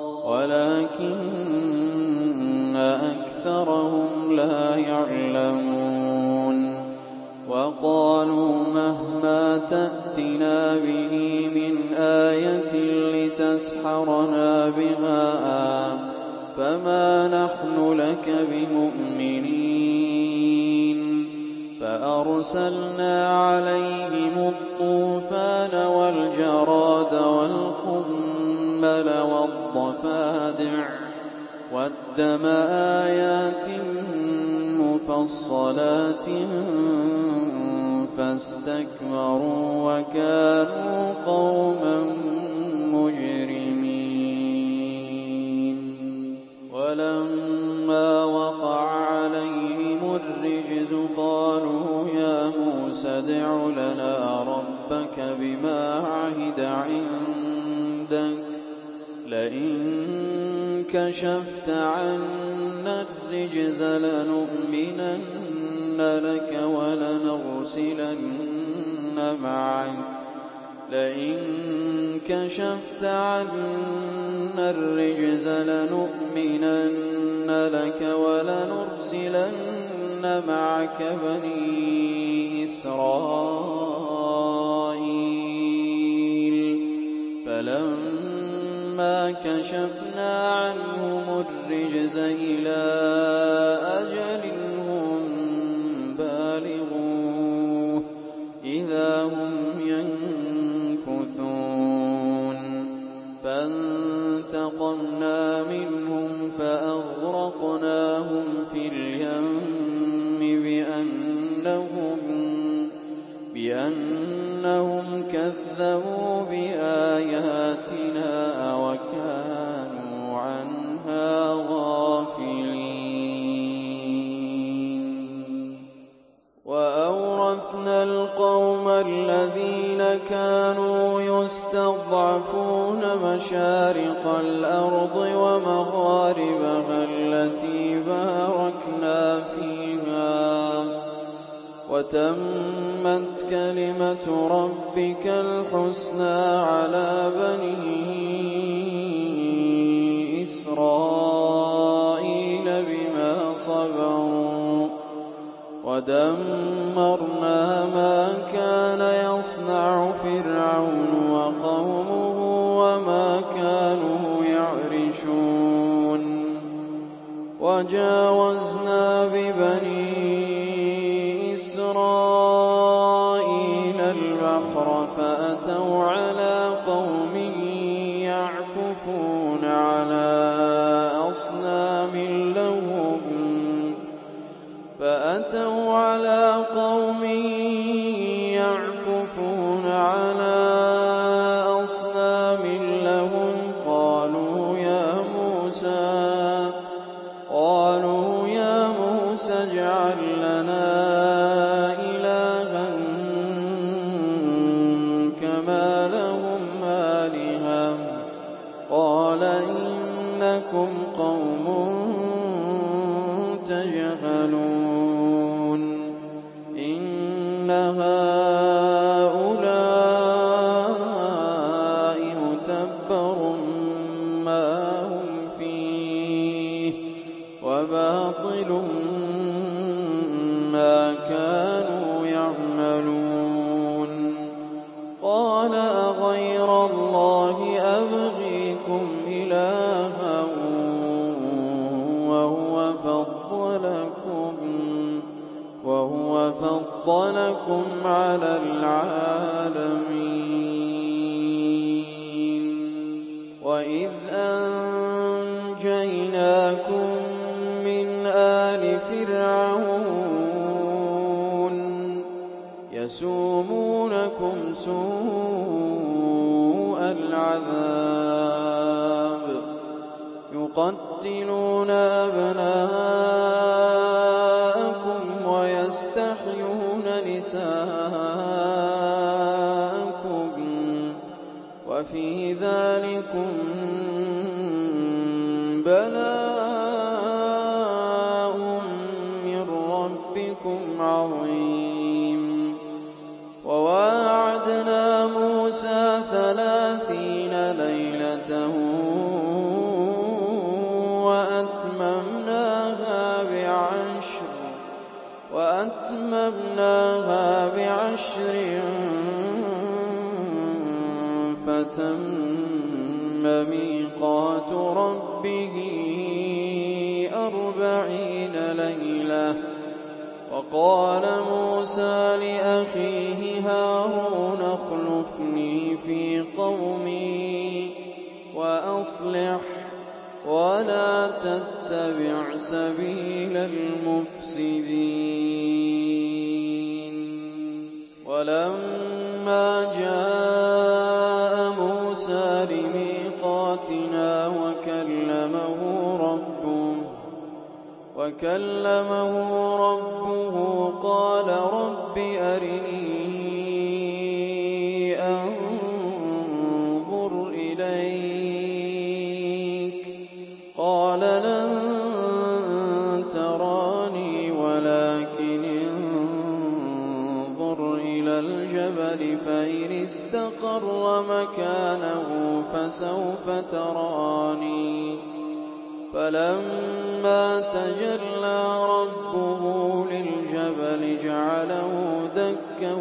وَلَٰكِنَّ أَكْثَرَهُمْ لَا يَعْلَمُونَ وَقَالُوا مَهْمَا تَأْتِنَا بِهِ مِنْ آيَةٍ لِّتَسْحَرَنَا بِهَا فَمَا نَحْنُ لَكَ بِمُؤْمِنِينَ فَأَرْسَلْنَا عَلَيْهِمُ الطُّوفَانَ وَالْجَرَادَ وَالْقُمَّلَ وَالضَّفَادِعَ وَالدَّمَ آيَاتٍ مُّفَصَّلَاتٍ فَاسْتَكْبَرُوا وَكَانُوا قَوْمًا مُّجْرِمِينَ وَلَمَّا وَقَعَ عَلَيْهِمُ الرِّجْزُ قَالُوا يَا مُوسَى ادْعُ لَنَا رَبَّكَ بِمَا عَهِدَ عِندَكَ لَئِن كَشَفْتَ عَنَّا الرِّجْزَ لَنُؤْمِنَنَّ لَكَ وَلَنُرْسِلَنَّ مَعَكَ بَنِي إِسْرَائِيلَ فَلَمَّا كَشَفْنَا عَنْهُمُ الرِّجْزَ إِلَىٰ أَجَلٍ هُم بَالِغُوهُ إِذَا هُمْ يَنكُثُونَ فَانتَقَمْنَا مِنْهُمْ فَأَغْرَقْنَاهُمْ فِي الْيَمِّ بِأَنَّهُمْ كَذَّبُوا بِآيَاتِنَا وَكَانُوا عَنْهَا غَافِلِينَ وَأَوْرَثْنَا الْقَوْمَ الَّذِينَ كَانُوا يُسْتَضْعَفُونَ مَشَارِقَ الْأَرْضِ وَمَغَارِبَهَا الَّتِي بَارَكْنَا فِيهَا ۖ وَتَمَّتْ كَلِمَةُ رَبِّكَ الْحُسْنَىٰ عَلَىٰ بَنِي إِسْرَائِيلَ بِمَا صَبَرُوا ۖ وَدَمَّرْنَا مَا كَانَ يَصْنَعُ فِرْعَوْنُ وَقَوْمُهُ وَمَا كَانُوا يَعْرِشُونَ وَجَاوَزْنَا بِبَنِي إِسْرَائِيلَ الْبَحْرَ فَأَتَوْا يعكفون على أصنام لهم فأتوا على قوم يعكفون على أصنام لهم قالوا يا موسى اجعل لنا إلها كما لهم آلهة قال إنكم قوم تجهلون إن هؤلاء متبر ما هم فيه وباطل ما كانوا يعملون قال أغير الله أبغيكم إلها وهو فضلكم على العالمين وإذ أنجيناكم من آل فرعون يسومونكم سوء العذاب يقتلون أبناءكم ويستحيون نساءكم وفي ذلكم بلاء من ربكم عظيم وواعدنا موسى 30 ليلة وأتممناها بعشر فتم ميقات ربه 40 ليلة وقال موسى لأخيه هارون اخلفني في قومي وأصلح ولا تتبع سبيل المفسدين ولما جاء موسى لميقاتنا وكلمه ربه قال رب أرني أنظر إليك قال لن تراني ولكن انظر إلى الجبل فإن استقر مكانه فسوف تراني فلما تجلى ربه للجبل جعله دكا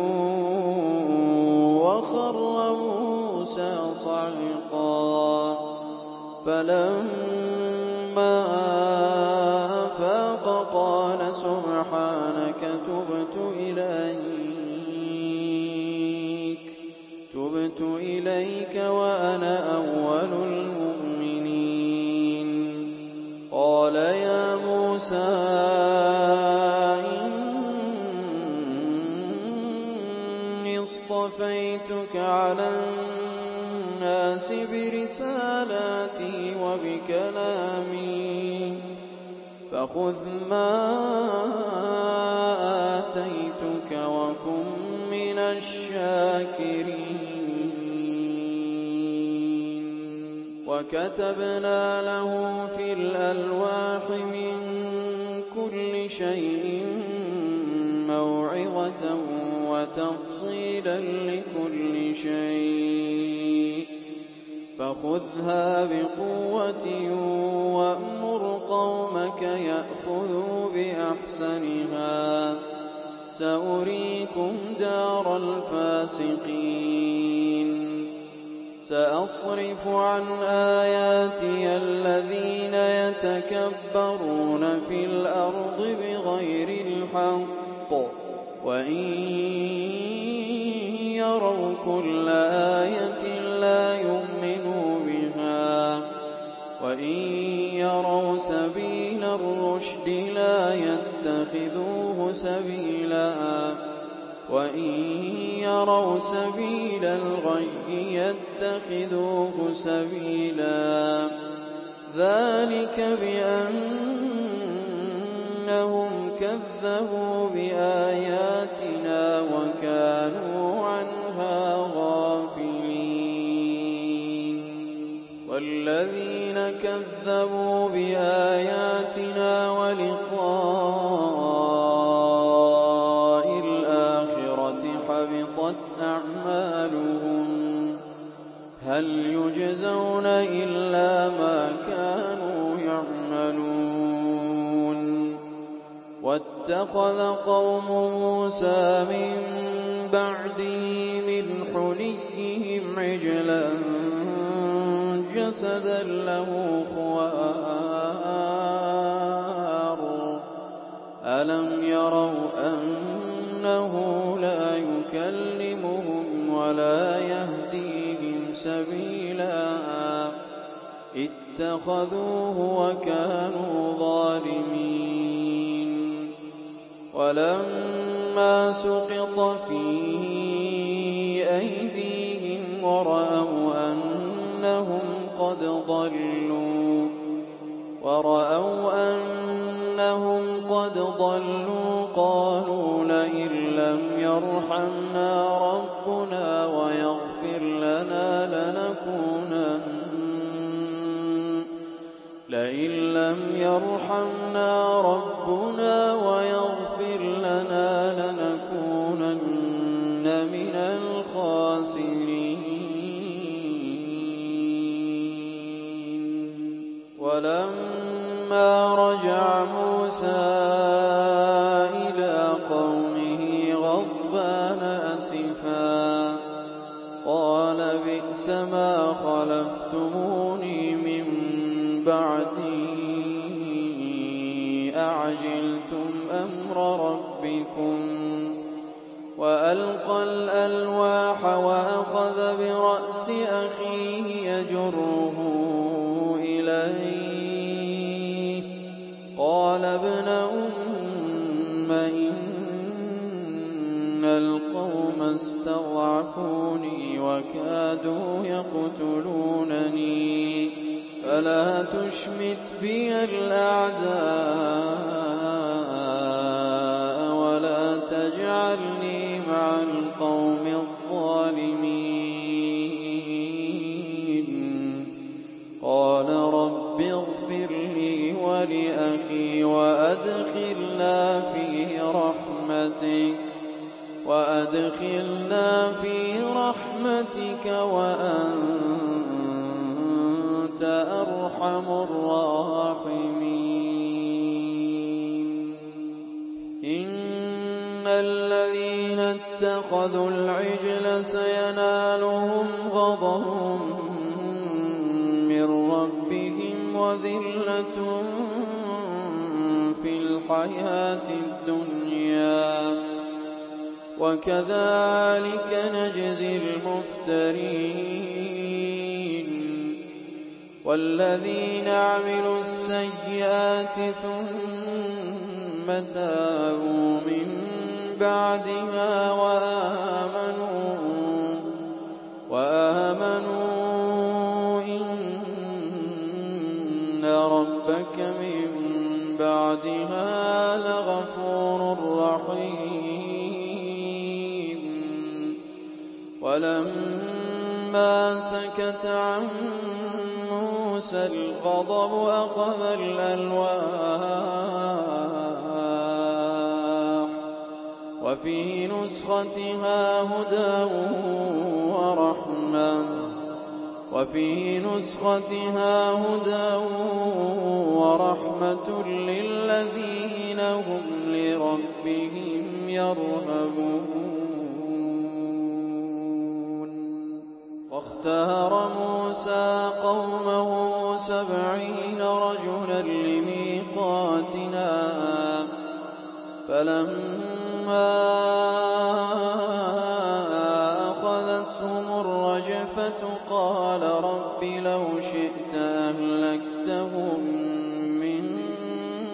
وخر موسى صعقا فلما أفاق قال سبحانك تبت إليك وأنا أول المؤمنين قال يا موسى إني اصطفيتك على الناس برسالاتي وبكلامي فخذ ما آتيتك وكن من الشاكرين وكتبنا له في الألواح من كل شيء موعظة وتفصيلا لكل شيء فخذها بقوة وأمر قومك يأخذوا بأحسنها سأريكم دار الفاسقين سأصرف عن آياتي الذين يتكبرون في الأرض بغير الحق وإن يروا كل آية لا يؤمنوا بها الرشد لا يتخذوه سبيلا وإن يروا سبيل الغي يتخذوه سبيلا ذلك بأنهم كذبوا بآياتنا وكانوا عنها غافلين والذين كذبوا بآياتنا ولقاء الآخرة حبطت أعمالهم هل يجزون إلا ما كانوا يعملون واتخذ قوم موسى من بعده من حليهم عجلا جسدا له خوار ألم يروا أنه لا يكلمهم ولا يهديهم سبيلا اتخذوه وكانوا ظالمين ولما سقط في أيديهم ورأوا أنهم قد ضلوا قالوا لئن لم يرحمنا ربنا ويغفر لنا لنكونن من الخاسرين ولما رجع موسى إلى قومه غضبان أسفا قال بئس ما خلفتموني من بعدي أعجلتم أمر ربكم وألقى الألواح وأخذ برأس أخيه يجره إليه قال ابن أم إن القوم استضعفوني وكادوا يقتلونني فلا تشمت بي الأعداء ولا تجعلني مع القوم الظالمين قال رب اغفر لي ولأخي وأدخلنا في رحمتك وأنت أرحم الراحمين إن الذين اتخذوا العجل سينالهم غضب من ربهم وذلة في الحياة الدنيا وكذلك نجزي المفترين والذين عملوا السيئات ثم تابوا من بعدها وآمنوا إن ربك من بعدها لغفور رحيم ولما سكت عن موسى الغضب أخذ الألواح وفي نسختها هدى ورحمة للذين هم لربهم يرهبون واختار موسى قومه 70 رجلا لميقاتنا فلما أخذتهم الرجفة قال رب لو شئت أهلكتهم من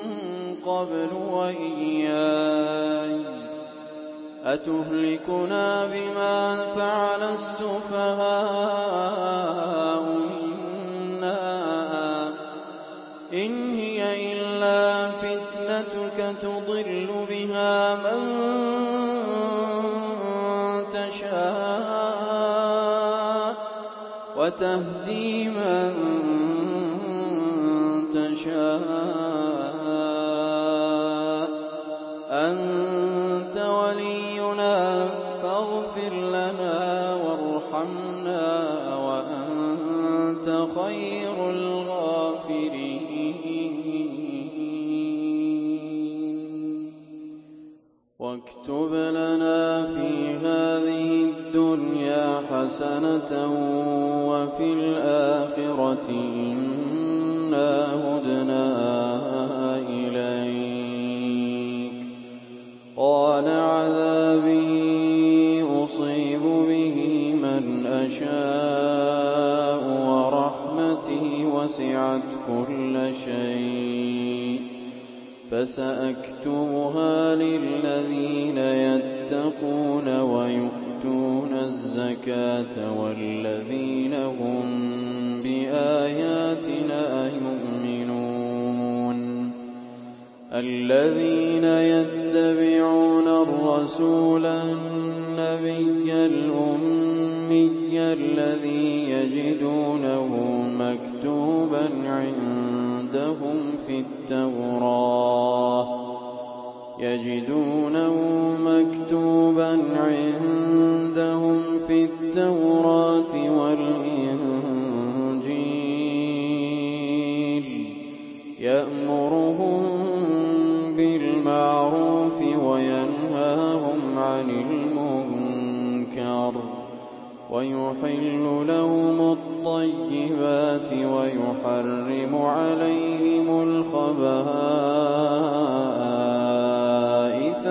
قبل وإياي أتهلكنا بما فعل السفهاء منا إن هي إلا فتنتك تضل بها من تشاء وتهدي من تشاء أنت ولينا فاغفر لنا وارحمنا وأنت خير الغافرين واكتب لنا في هذه الدنيا حسنة وفي الآخرة إنا هدنا إليك قال عذابي أصيب به من أشاء ورحمتي وسعت كل شيء فسأكتبها للذين يتقون ويؤتون الزكاة والذين هم بآياتنا يؤمنون الذين يتبعون الرسول النبي الأمي الذي يجدونه مكتوبا عندهم في التوراة والإنجيل يأمرهم بالمعروف وينهاهم عن المنكر ويحل لهم الطيبات ويحرم عليهم الخبائث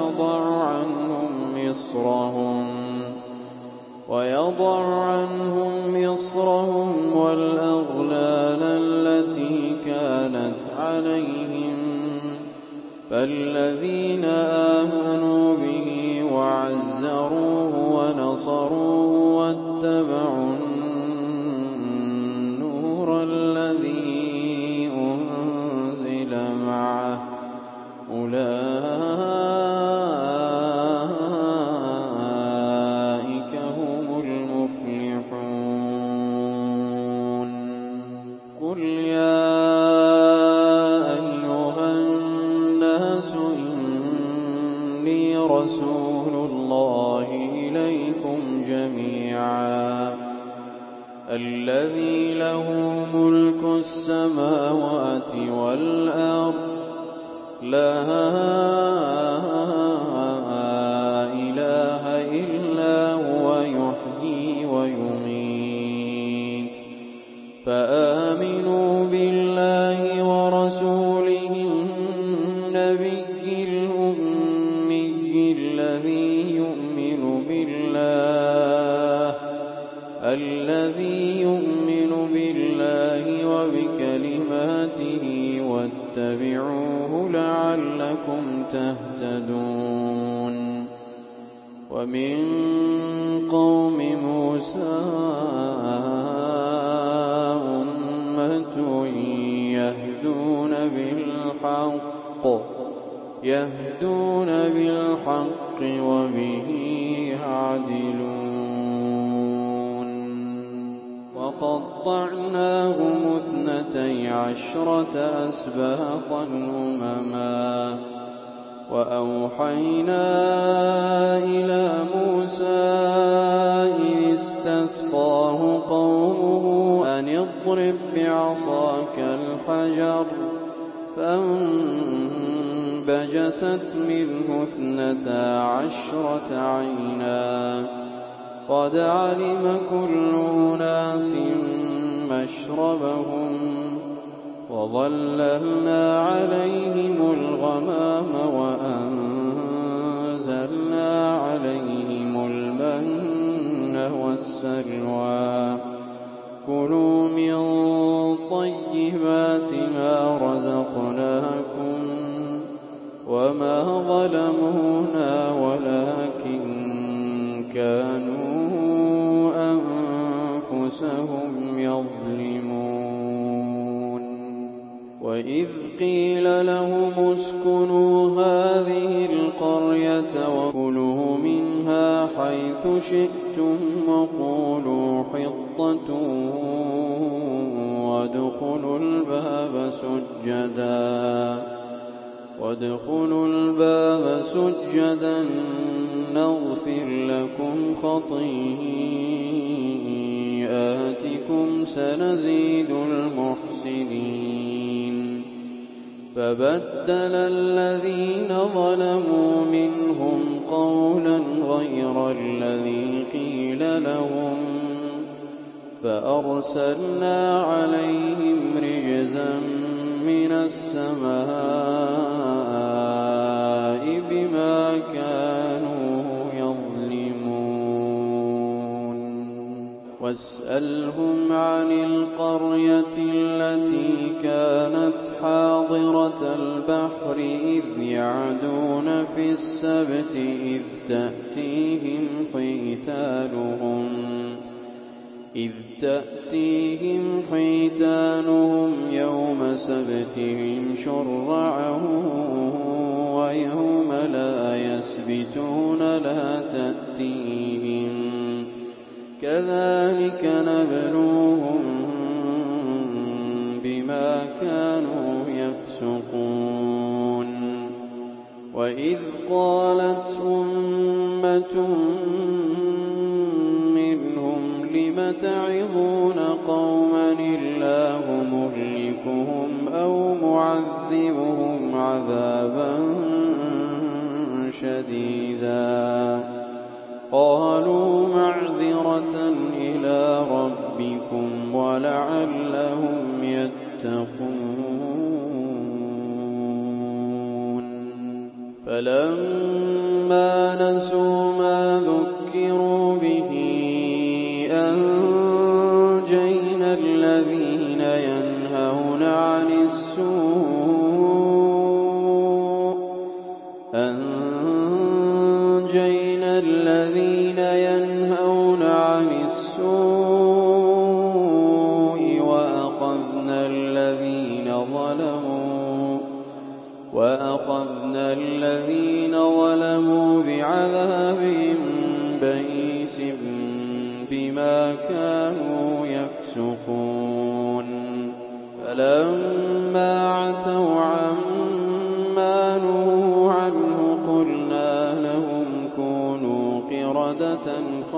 ويضع عنهم إصرهم والأغلال التي كانت عليهم فالذين آمنوا به وعزروه ونصروه واتبعوا النور الذي أنزل معه أولئك هم المفلحون قل يا أيها الناس إني رسول الله إليكم جميعا الذي له ملك السماوات والأرض لا إله إلا هو يحيي ويميت فآمنوا بالله ورسوله النبي الأمي الذي يؤمن بالله وبكلماته واتبعوه لعلكم تهتدون ومن قوم موسى أمة يهدون بالحق وبه يعدلون وقطعناهم 12 أسباطا أمما وأوحينا إلى موسى إذ استسقاه قومه أن اضرب بعصاك الحجر فانبجست منه 12 عينا قد علم كل أناس مشربهم وظللنا عليهم الغمام وأنزلنا عليهم المن والسلوى كلوا من طيبات ما رزقناكم وما ظلمونا ولكن كانوا أنفسهم يظلمون وإذ قيل لهم اسكنوا هذه القرية وكلوا منها حيث شئتم وادخلوا الباب سجدا نغفر لكم خطيئاتكم سنزيد المحسنين فبدل الذين ظلموا منهم قولا غير الذي قيل لهم فأرسلنا عليهم رجزا من السماء بما كانوا يظلمون واسألهم عن القرية التي كانت حاضرة البحر إذ يعدون في السبت إذ تأتيهم حيتانهم يوم سبتهم شرعا ويوم لا يسبتون لا تأتيهم كذلك نبلوهم بما كانوا يفسقون وإذ قالت أمة منهم لم تعظون قوما الله مهلكهم أو معذبهم عذابا شديدا قالوا معذرة إلى ربكم ولعلهم يتقون فلما نسوا ما ذكروا به أنجينا الذين ينهون عن السوء وأخذنا الذين ظلموا بعذاب بئيس بما كانوا يفسقون فلما عتوا عما نهوا عنه قلنا لهم كونوا قردة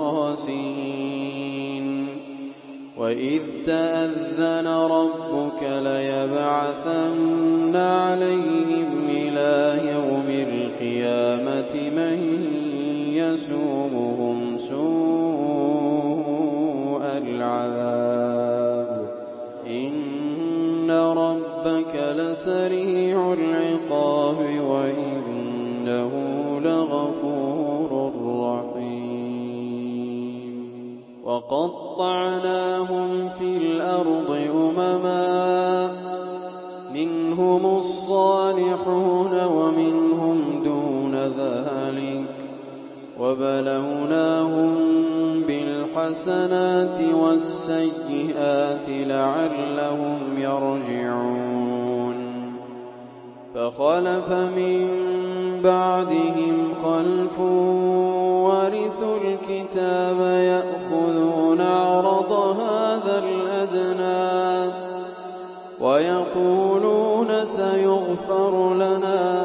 خاسئين وإذ تأذن ربك ليبعثن عليهم إلى يوم القيامة من يسومهم سوء العذاب إن ربك لسريع العقاب وإنه لغفور رحيم وقطعناهم في الأرض أمما منهم الصالحون ومنهم دون ذلك وبلوناهم بالحسنات والسيئات لعلهم يرجعون فخلف من بعدهم خلف ورثوا الكتاب يأخذون عرض هذا الأدنى ويقولون سيغفر لنا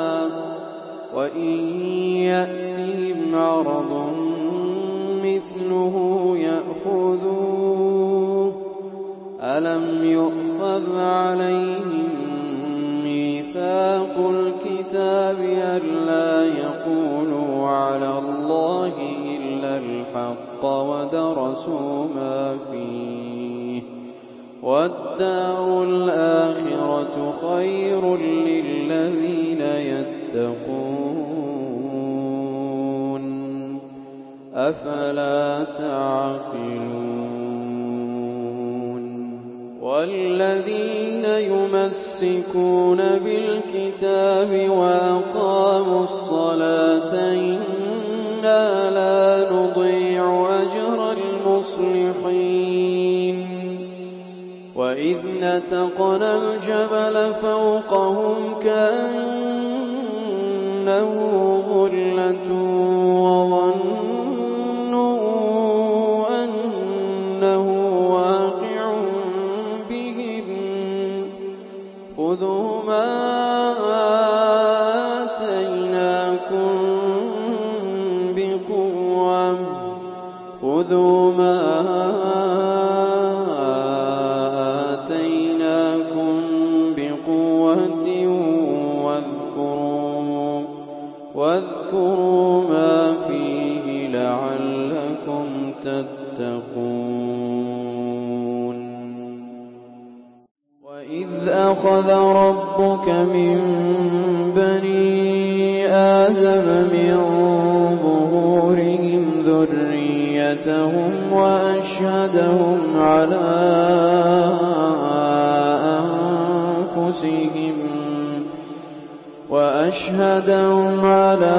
وإن يأتهم عرض مثله يأخذوه ألم يؤخذ عليهم ميثاق الكتاب ألا يقولوا على الله إلا الحق ودرسوا ما فيه والدار الآخرة خير للذين يتقون أفلا تعقلون وَالَّذِينَ يُمَسِّكُونَ بِالْكِتَابِ وَأَقَامُوا الصَّلَاةَ إِنَّا لَا نُضِيعُ أَجْرَ الْمُصْلِحِينَ وَإِذْ نَتَقْنَا الْجَبَلَ فَوْقَهُمْ كَأَنَّهُ ظُلَّةٌ وَظَنُّوا أَنَّهُ واقع بِهِمْ خُذُوا مَا آتَيْنَاكُم بِقُوَّةٍ وَاذْكُرُوا مَا فِيهِ لَعَلَّكُمْ تَتَّقُونَ وَإِذْ أَخَذَ رَبُّكَ مِن بَنِي آدَمَ مِن ظُهُورِهِمْ ذُرِّيَّتَهُمْ وَأَشْهَدَهُمْ عَلَىٰ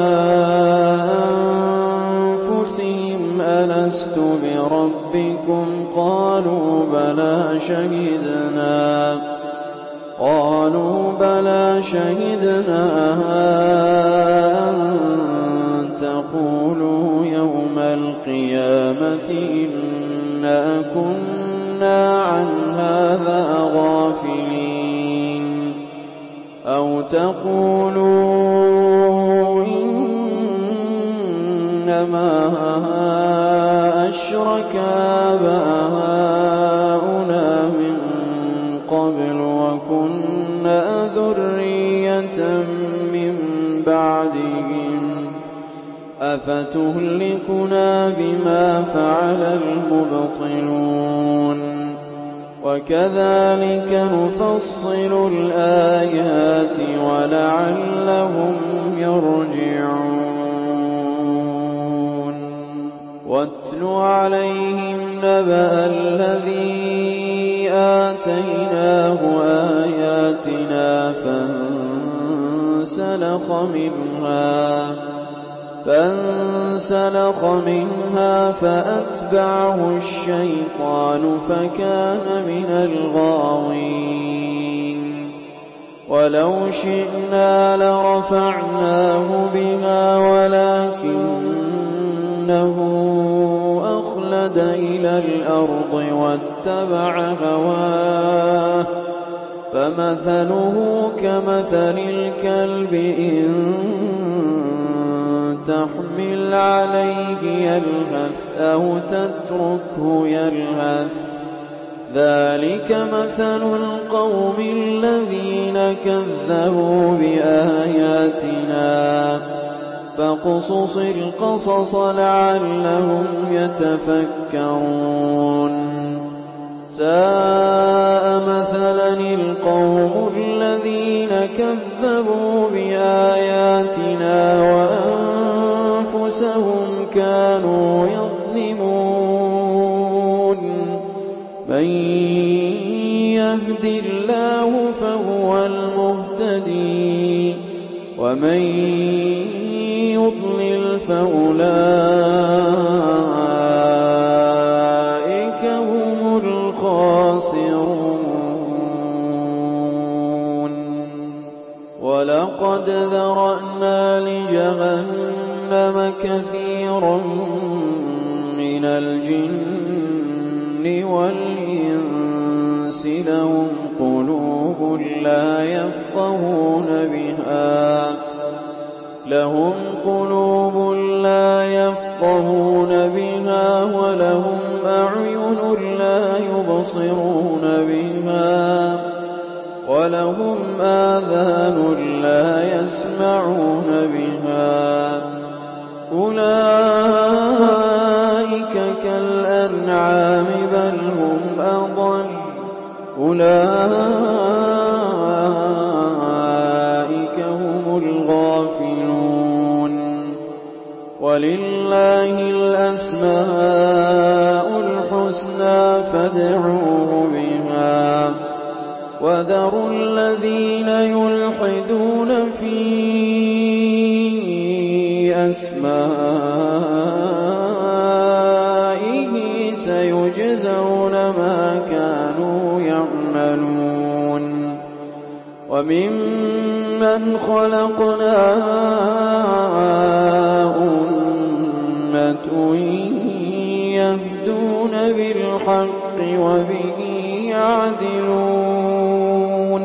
أَنفُسِهِمْ أَلَسْتُ بِرَبِّكُمْ ۖ قَالُوا بَلَىٰ شَهِدْنَا أَن تَقُولُوا يَوْمَ الْقِيَامَةِ إِنَّا كُنَّا عَنْ هَٰذَا غَافِلِينَ أَوْ تَقُولُوا إِنَّمَا أَشْرَكَ آبَاؤُنَا مِن قَبْلُ وَكُنَّا ذُرِّيَّةً مِّن بَعْدِهِمْ ۖ أَفَتُهْلِكُنَا بِمَا فَعَلَ الْمُبْطِلُونَ وَكَذَٰلِكَ نُفَصِّلُ الْآيَاتِ وَلَعَلَّهُمْ يَرْجِعُونَ وَاتْلُ عَلَيْهِمْ نَبَأَ الَّذِي آتَيْنَاهُ آيَاتِنَا فَانسَلَخَ مِنْهَا فَأَتْبَعَهُ الشَّيْطَانُ فَكَانَ مِنَ الْغَاوِينَ وَلَوْ شِئْنَا لَرَفَعْنَاهُ بِهَا وَلَٰكِنَّهُ أَخْلَدَ إِلَى الْأَرْضِ وَاتَّبَعَ هَوَاهُ فَمَثَلُهُ كَمَثَلِ الْكَلْبِ إِن تَحْمِلْ عَلَيْهِ يَلْهَثْ أَوْ تَتْرُكْهُ يَلْهَث ۚ ذَٰلِكَ مَثَلُ الْقَوْمِ الَّذِينَ كَذَّبُوا بِآيَاتِنَا ۚ فَاقْصُصِ الْقَصَصَ لَعَلَّهُمْ يَتَفَكَّرُونَ سَاءَ مَثَلًا الْقَوْمُ الَّذِينَ كَذَّبُوا بِآيَاتِنَا وَأَنفُسَهُمْ كَانُوا يَظْلِمُونَ مَن يَهْدِ اللَّهُ فَهُوَ الْمُهْتَدِي وَمَن يُضْلِلْ فَأُولَٰئِكَ هُمُ الْخَاسِرُونَ وَلَقَدْ ذَرَأْنَا لِجَهَنَّمَ كَثِيرًا مِّنَ الْجِنِّ وَالْإِنسِ لَهُمْ قُلُوبٌ لَّا يَفْقَهُونَ بِهَا وَلَهُمْ أَعْيُنٌ لَّا يُبْصِرُونَ بِهَا وَلَهُمْ آذَانٌ لَّا يَسْمَعُونَ بِهَا ۚ أُولَٰئِكَ كَالْأَنْعَامِ بَلْ هُمْ أَضَلُّ ۚ أُولَٰئِكَ هُمُ الْغَافِلُونَ وَلِلَّهِ الْأَسْمَاءُ الْحُسْنَىٰ فَادْعُوهُ بِهَا وَذَرُوا الَّذِينَ يُلْحِدُونَ فِي أَسْمَائِهِ سَيُجْزَوْنَ مَا كَانُوا يَعْمَلُونَ وَمِمَّنْ خَلَقْنَا أُمَّةٌ يَهْدُونَ بِالْحَقِّ وَبِهِ يَعْدِلُونَ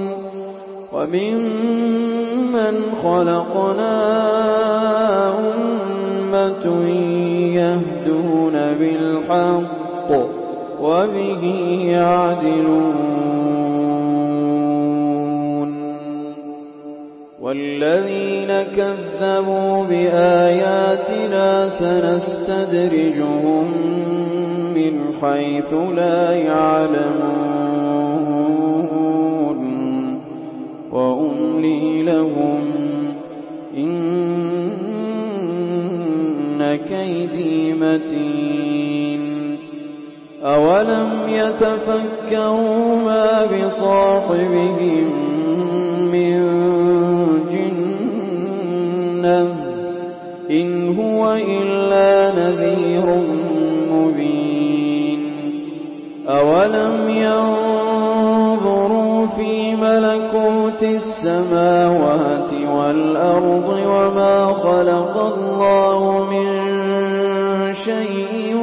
وَمِمَّنْ خَلَقْنَا أُمَّةٌ يَهْدُونَ بِالْحَقِّ وَبِهِ يَعْدِلُونَ وَالَّذِينَ كَذَّبُوا بِآيَاتِنَا سَنَسْتَدْرِجُهُم مِّنْ حَيْثُ لَا يَعْلَمُونَ وَأُمْلِي لَهُمْ إِنَّ كَيْدِي مَتِينٌ أَوَلَمْ يَتَفَكَّرُوا مَا بِصَاحِبِهِم مِّن جِنَّةٍ إِنْ هُوَ إِلَّا نَذِيرٌ مُّبِينٌ أَوَلَمْ يَنظُرُوا فِي مَلَكُوتِ السَّمَاوَاتِ وَالْأَرْضِ وَمَا خَلَقَ اللَّهُ مِن شَيْءٍ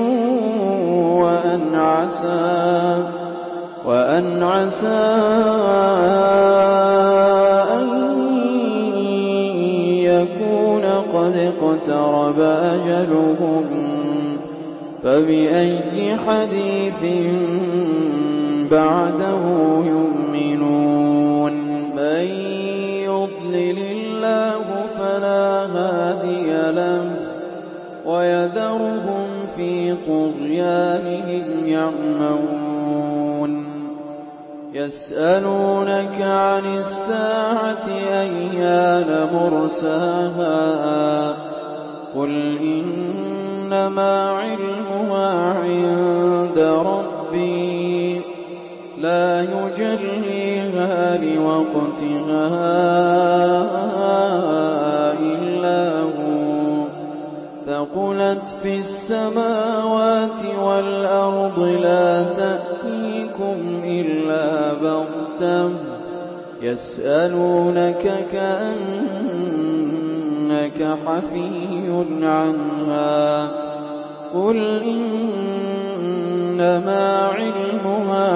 وَأَنْ عَسَىٰ أَن يَكُونَ قَدِ اقْتَرَبَ أَجَلُهُمْ فَبِأَيِّ حَدِيثٍ بَعْدَهُ يُؤْمِنُونَ مَن يُضْلِلِ اللَّهُ فَلَا هَادِيَ لَهُ وَيَذَرُهُمْ فِي طُغْيَانِهِمْ يَعْمَهُونَ يَسْأَلُونَكَ عَنِ السَّاعَةِ أَيَّانَ مُرْسَاهَا قُلْ إِنَّمَا عِلْمُهَا عِندَ رَبِّي لَا يُجَلِّيهَا لِوَقْتِهَا إِلَّا هُوَ ثَقُلَتْ فِي السَّمَاوَاتِ وَالْأَرْضِ لَا تَأْتِيكُمْ إِلَّا بَغْتَةً يَسْأَلُونَكَ كَأَنَّكَ حَفِيٌّ عَنْهَا قُلْ إِنَّمَا عِلْمُهَا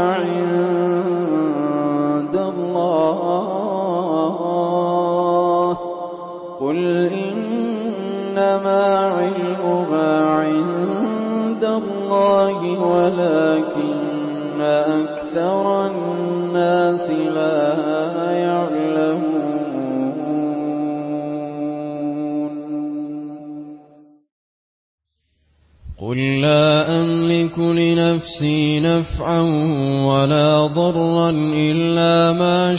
عِندَ اللَّهِ وَلَٰكِنَّ أَكْثَرَ النَّاسِ لَا يَعْلَمُونَ قُل لَّا أَمْلِكُ لِنَفْسِي نَفْعًا وَلَا ضَرًّا إِلَّا مَا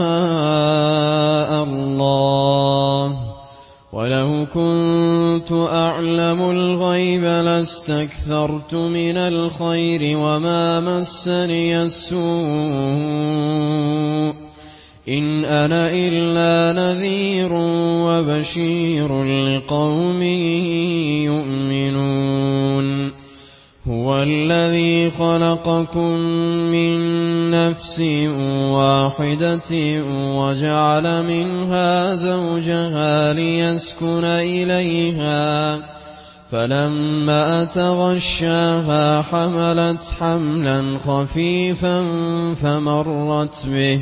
شَاءَ اللَّهُ وَلَوْ كُنتُ أَعْلَمُ الْغَيْبَ لَاسْتَكْثَرْتُ مِنَ الْخَيْرِ وَمَا مَسَّنِيَ السُّوءُ إِنْ أَنَا إِلَّا نَذِيرٌ وَبَشِيرٌ لِقَوْمٍ يُؤْمِنُونَ هُوَ الَّذِي خَلَقَكُم مِّن نَّفْسٍ وَاحِدَةٍ وَجَعَلَ مِنْهَا زَوْجَهَا لِيَسْكُنَ إِلَيْهَا فَلَمَّا تَغَشَّاهَا حَمَلَتْ حَمْلًا خَفِيفًا فَمَرَّتْ بِهِ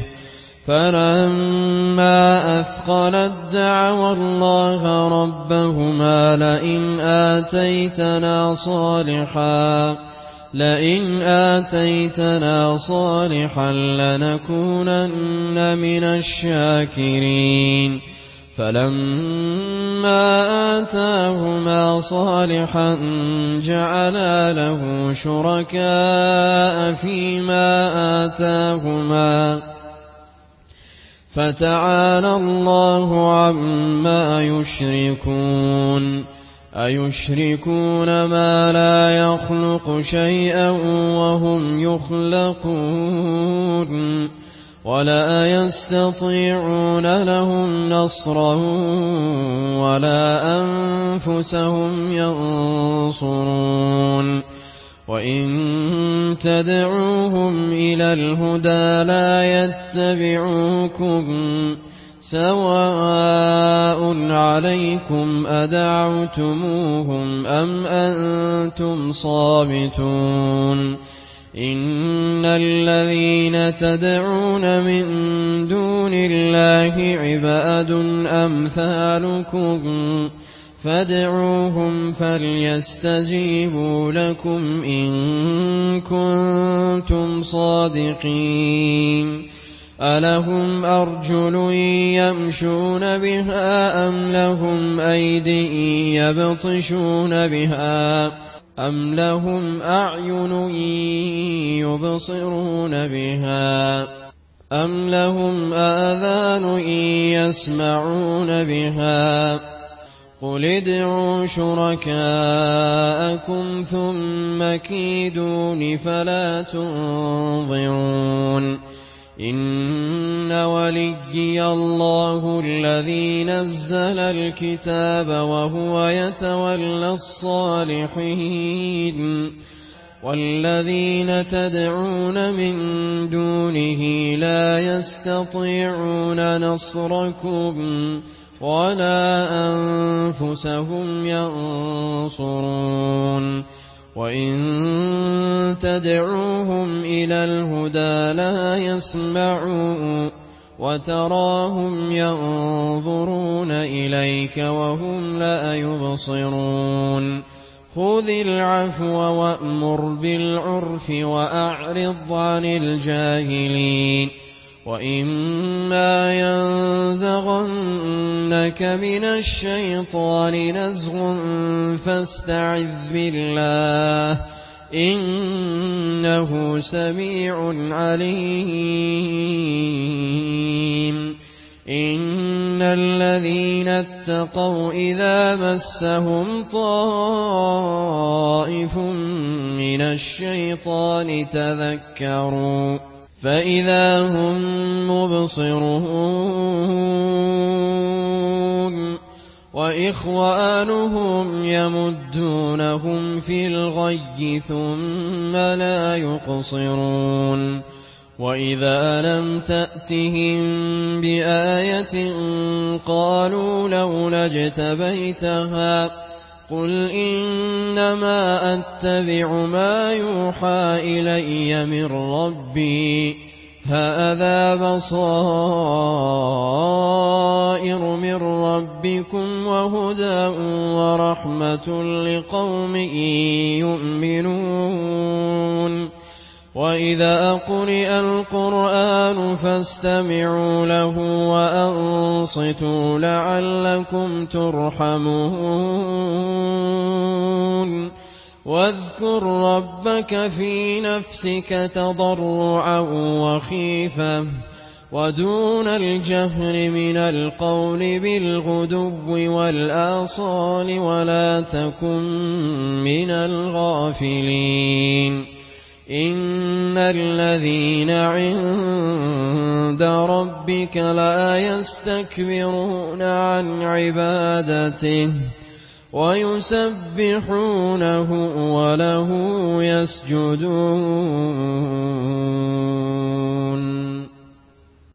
فَلَمَّا أَثْقَلَت دَّعَوَا اللَّهَ رَبَّهُمَا لَئِنْ آتَيْتَنَا صَالِحًا لَّنَكُونَنَّ مِنَ الشَّاكِرِينَ فَلَمَّا آتَاهُمَا صَالِحًا جَعَلَا لَهُ شُرَكَاءَ فِيمَا آتَاهُمَا فَتَعَالَى اللَّهُ عَمَّا يُشْرِكُونَ أَيُشْرِكُونَ مَا لَا يَخْلُقُ شَيْئًا وَهُمْ يُخْلَقُونَ ولا يستطيعون لهم نصرا ولا أنفسهم ينصرون وإن تدعوهم إلى الهدى لا يتبعوكم سواء عليكم أدعوتموهم أم أنتم صامتون إن الذين تدعون من دون الله عباد أمثالكم فادعوهم فليستجيبوا لكم إن كنتم صادقين ألهم أرجل يمشون بها أم لهم أيد يبطشون بها أم لهم أعين يبصرون بها أم لهم آذان يسمعون بها قل ادعوا شركاءكم ثم كيدون فلا تنظرون إن وليي الله الذي نزل الكتاب وهو يتولى الصالحين والذين تدعون من دونه لا يستطيعون نصركم ولا أنفسهم ينصرون وإن تدعوهم إلى الهدى لا يسمعون وتراهم ينظرون إليك وهم لا يبصرون خذ العفو وأمر بالعرف وأعرض عن الجاهلين وإما ينزغنك من الشيطان نزغ فاستعذ بالله إنه سميع عليم إن الذين اتقوا إذا مسهم طائف من الشيطان تذكروا فإذا هم مبصرون وإخوانهم يمدونهم في الغي ثم لا يقصرون وإذا لم تأتهم بآية قالوا لولا اجتبيتها قل إنما أتبع ما يوحى إلي من ربي هذا بصائر من ربكم وهدى ورحمة لقوم يؤمنون وإذا قرئ القرآن فاستمعوا له وأنصتوا لعلكم ترحمون واذكر ربك في نفسك تضرعا وخيفة ودون الجهر من القول بالغدو والآصال ولا تكن من الغافلين إن الذين عند ربك لا يستكبرون عن عبادته ويسبحونه وله يسجدون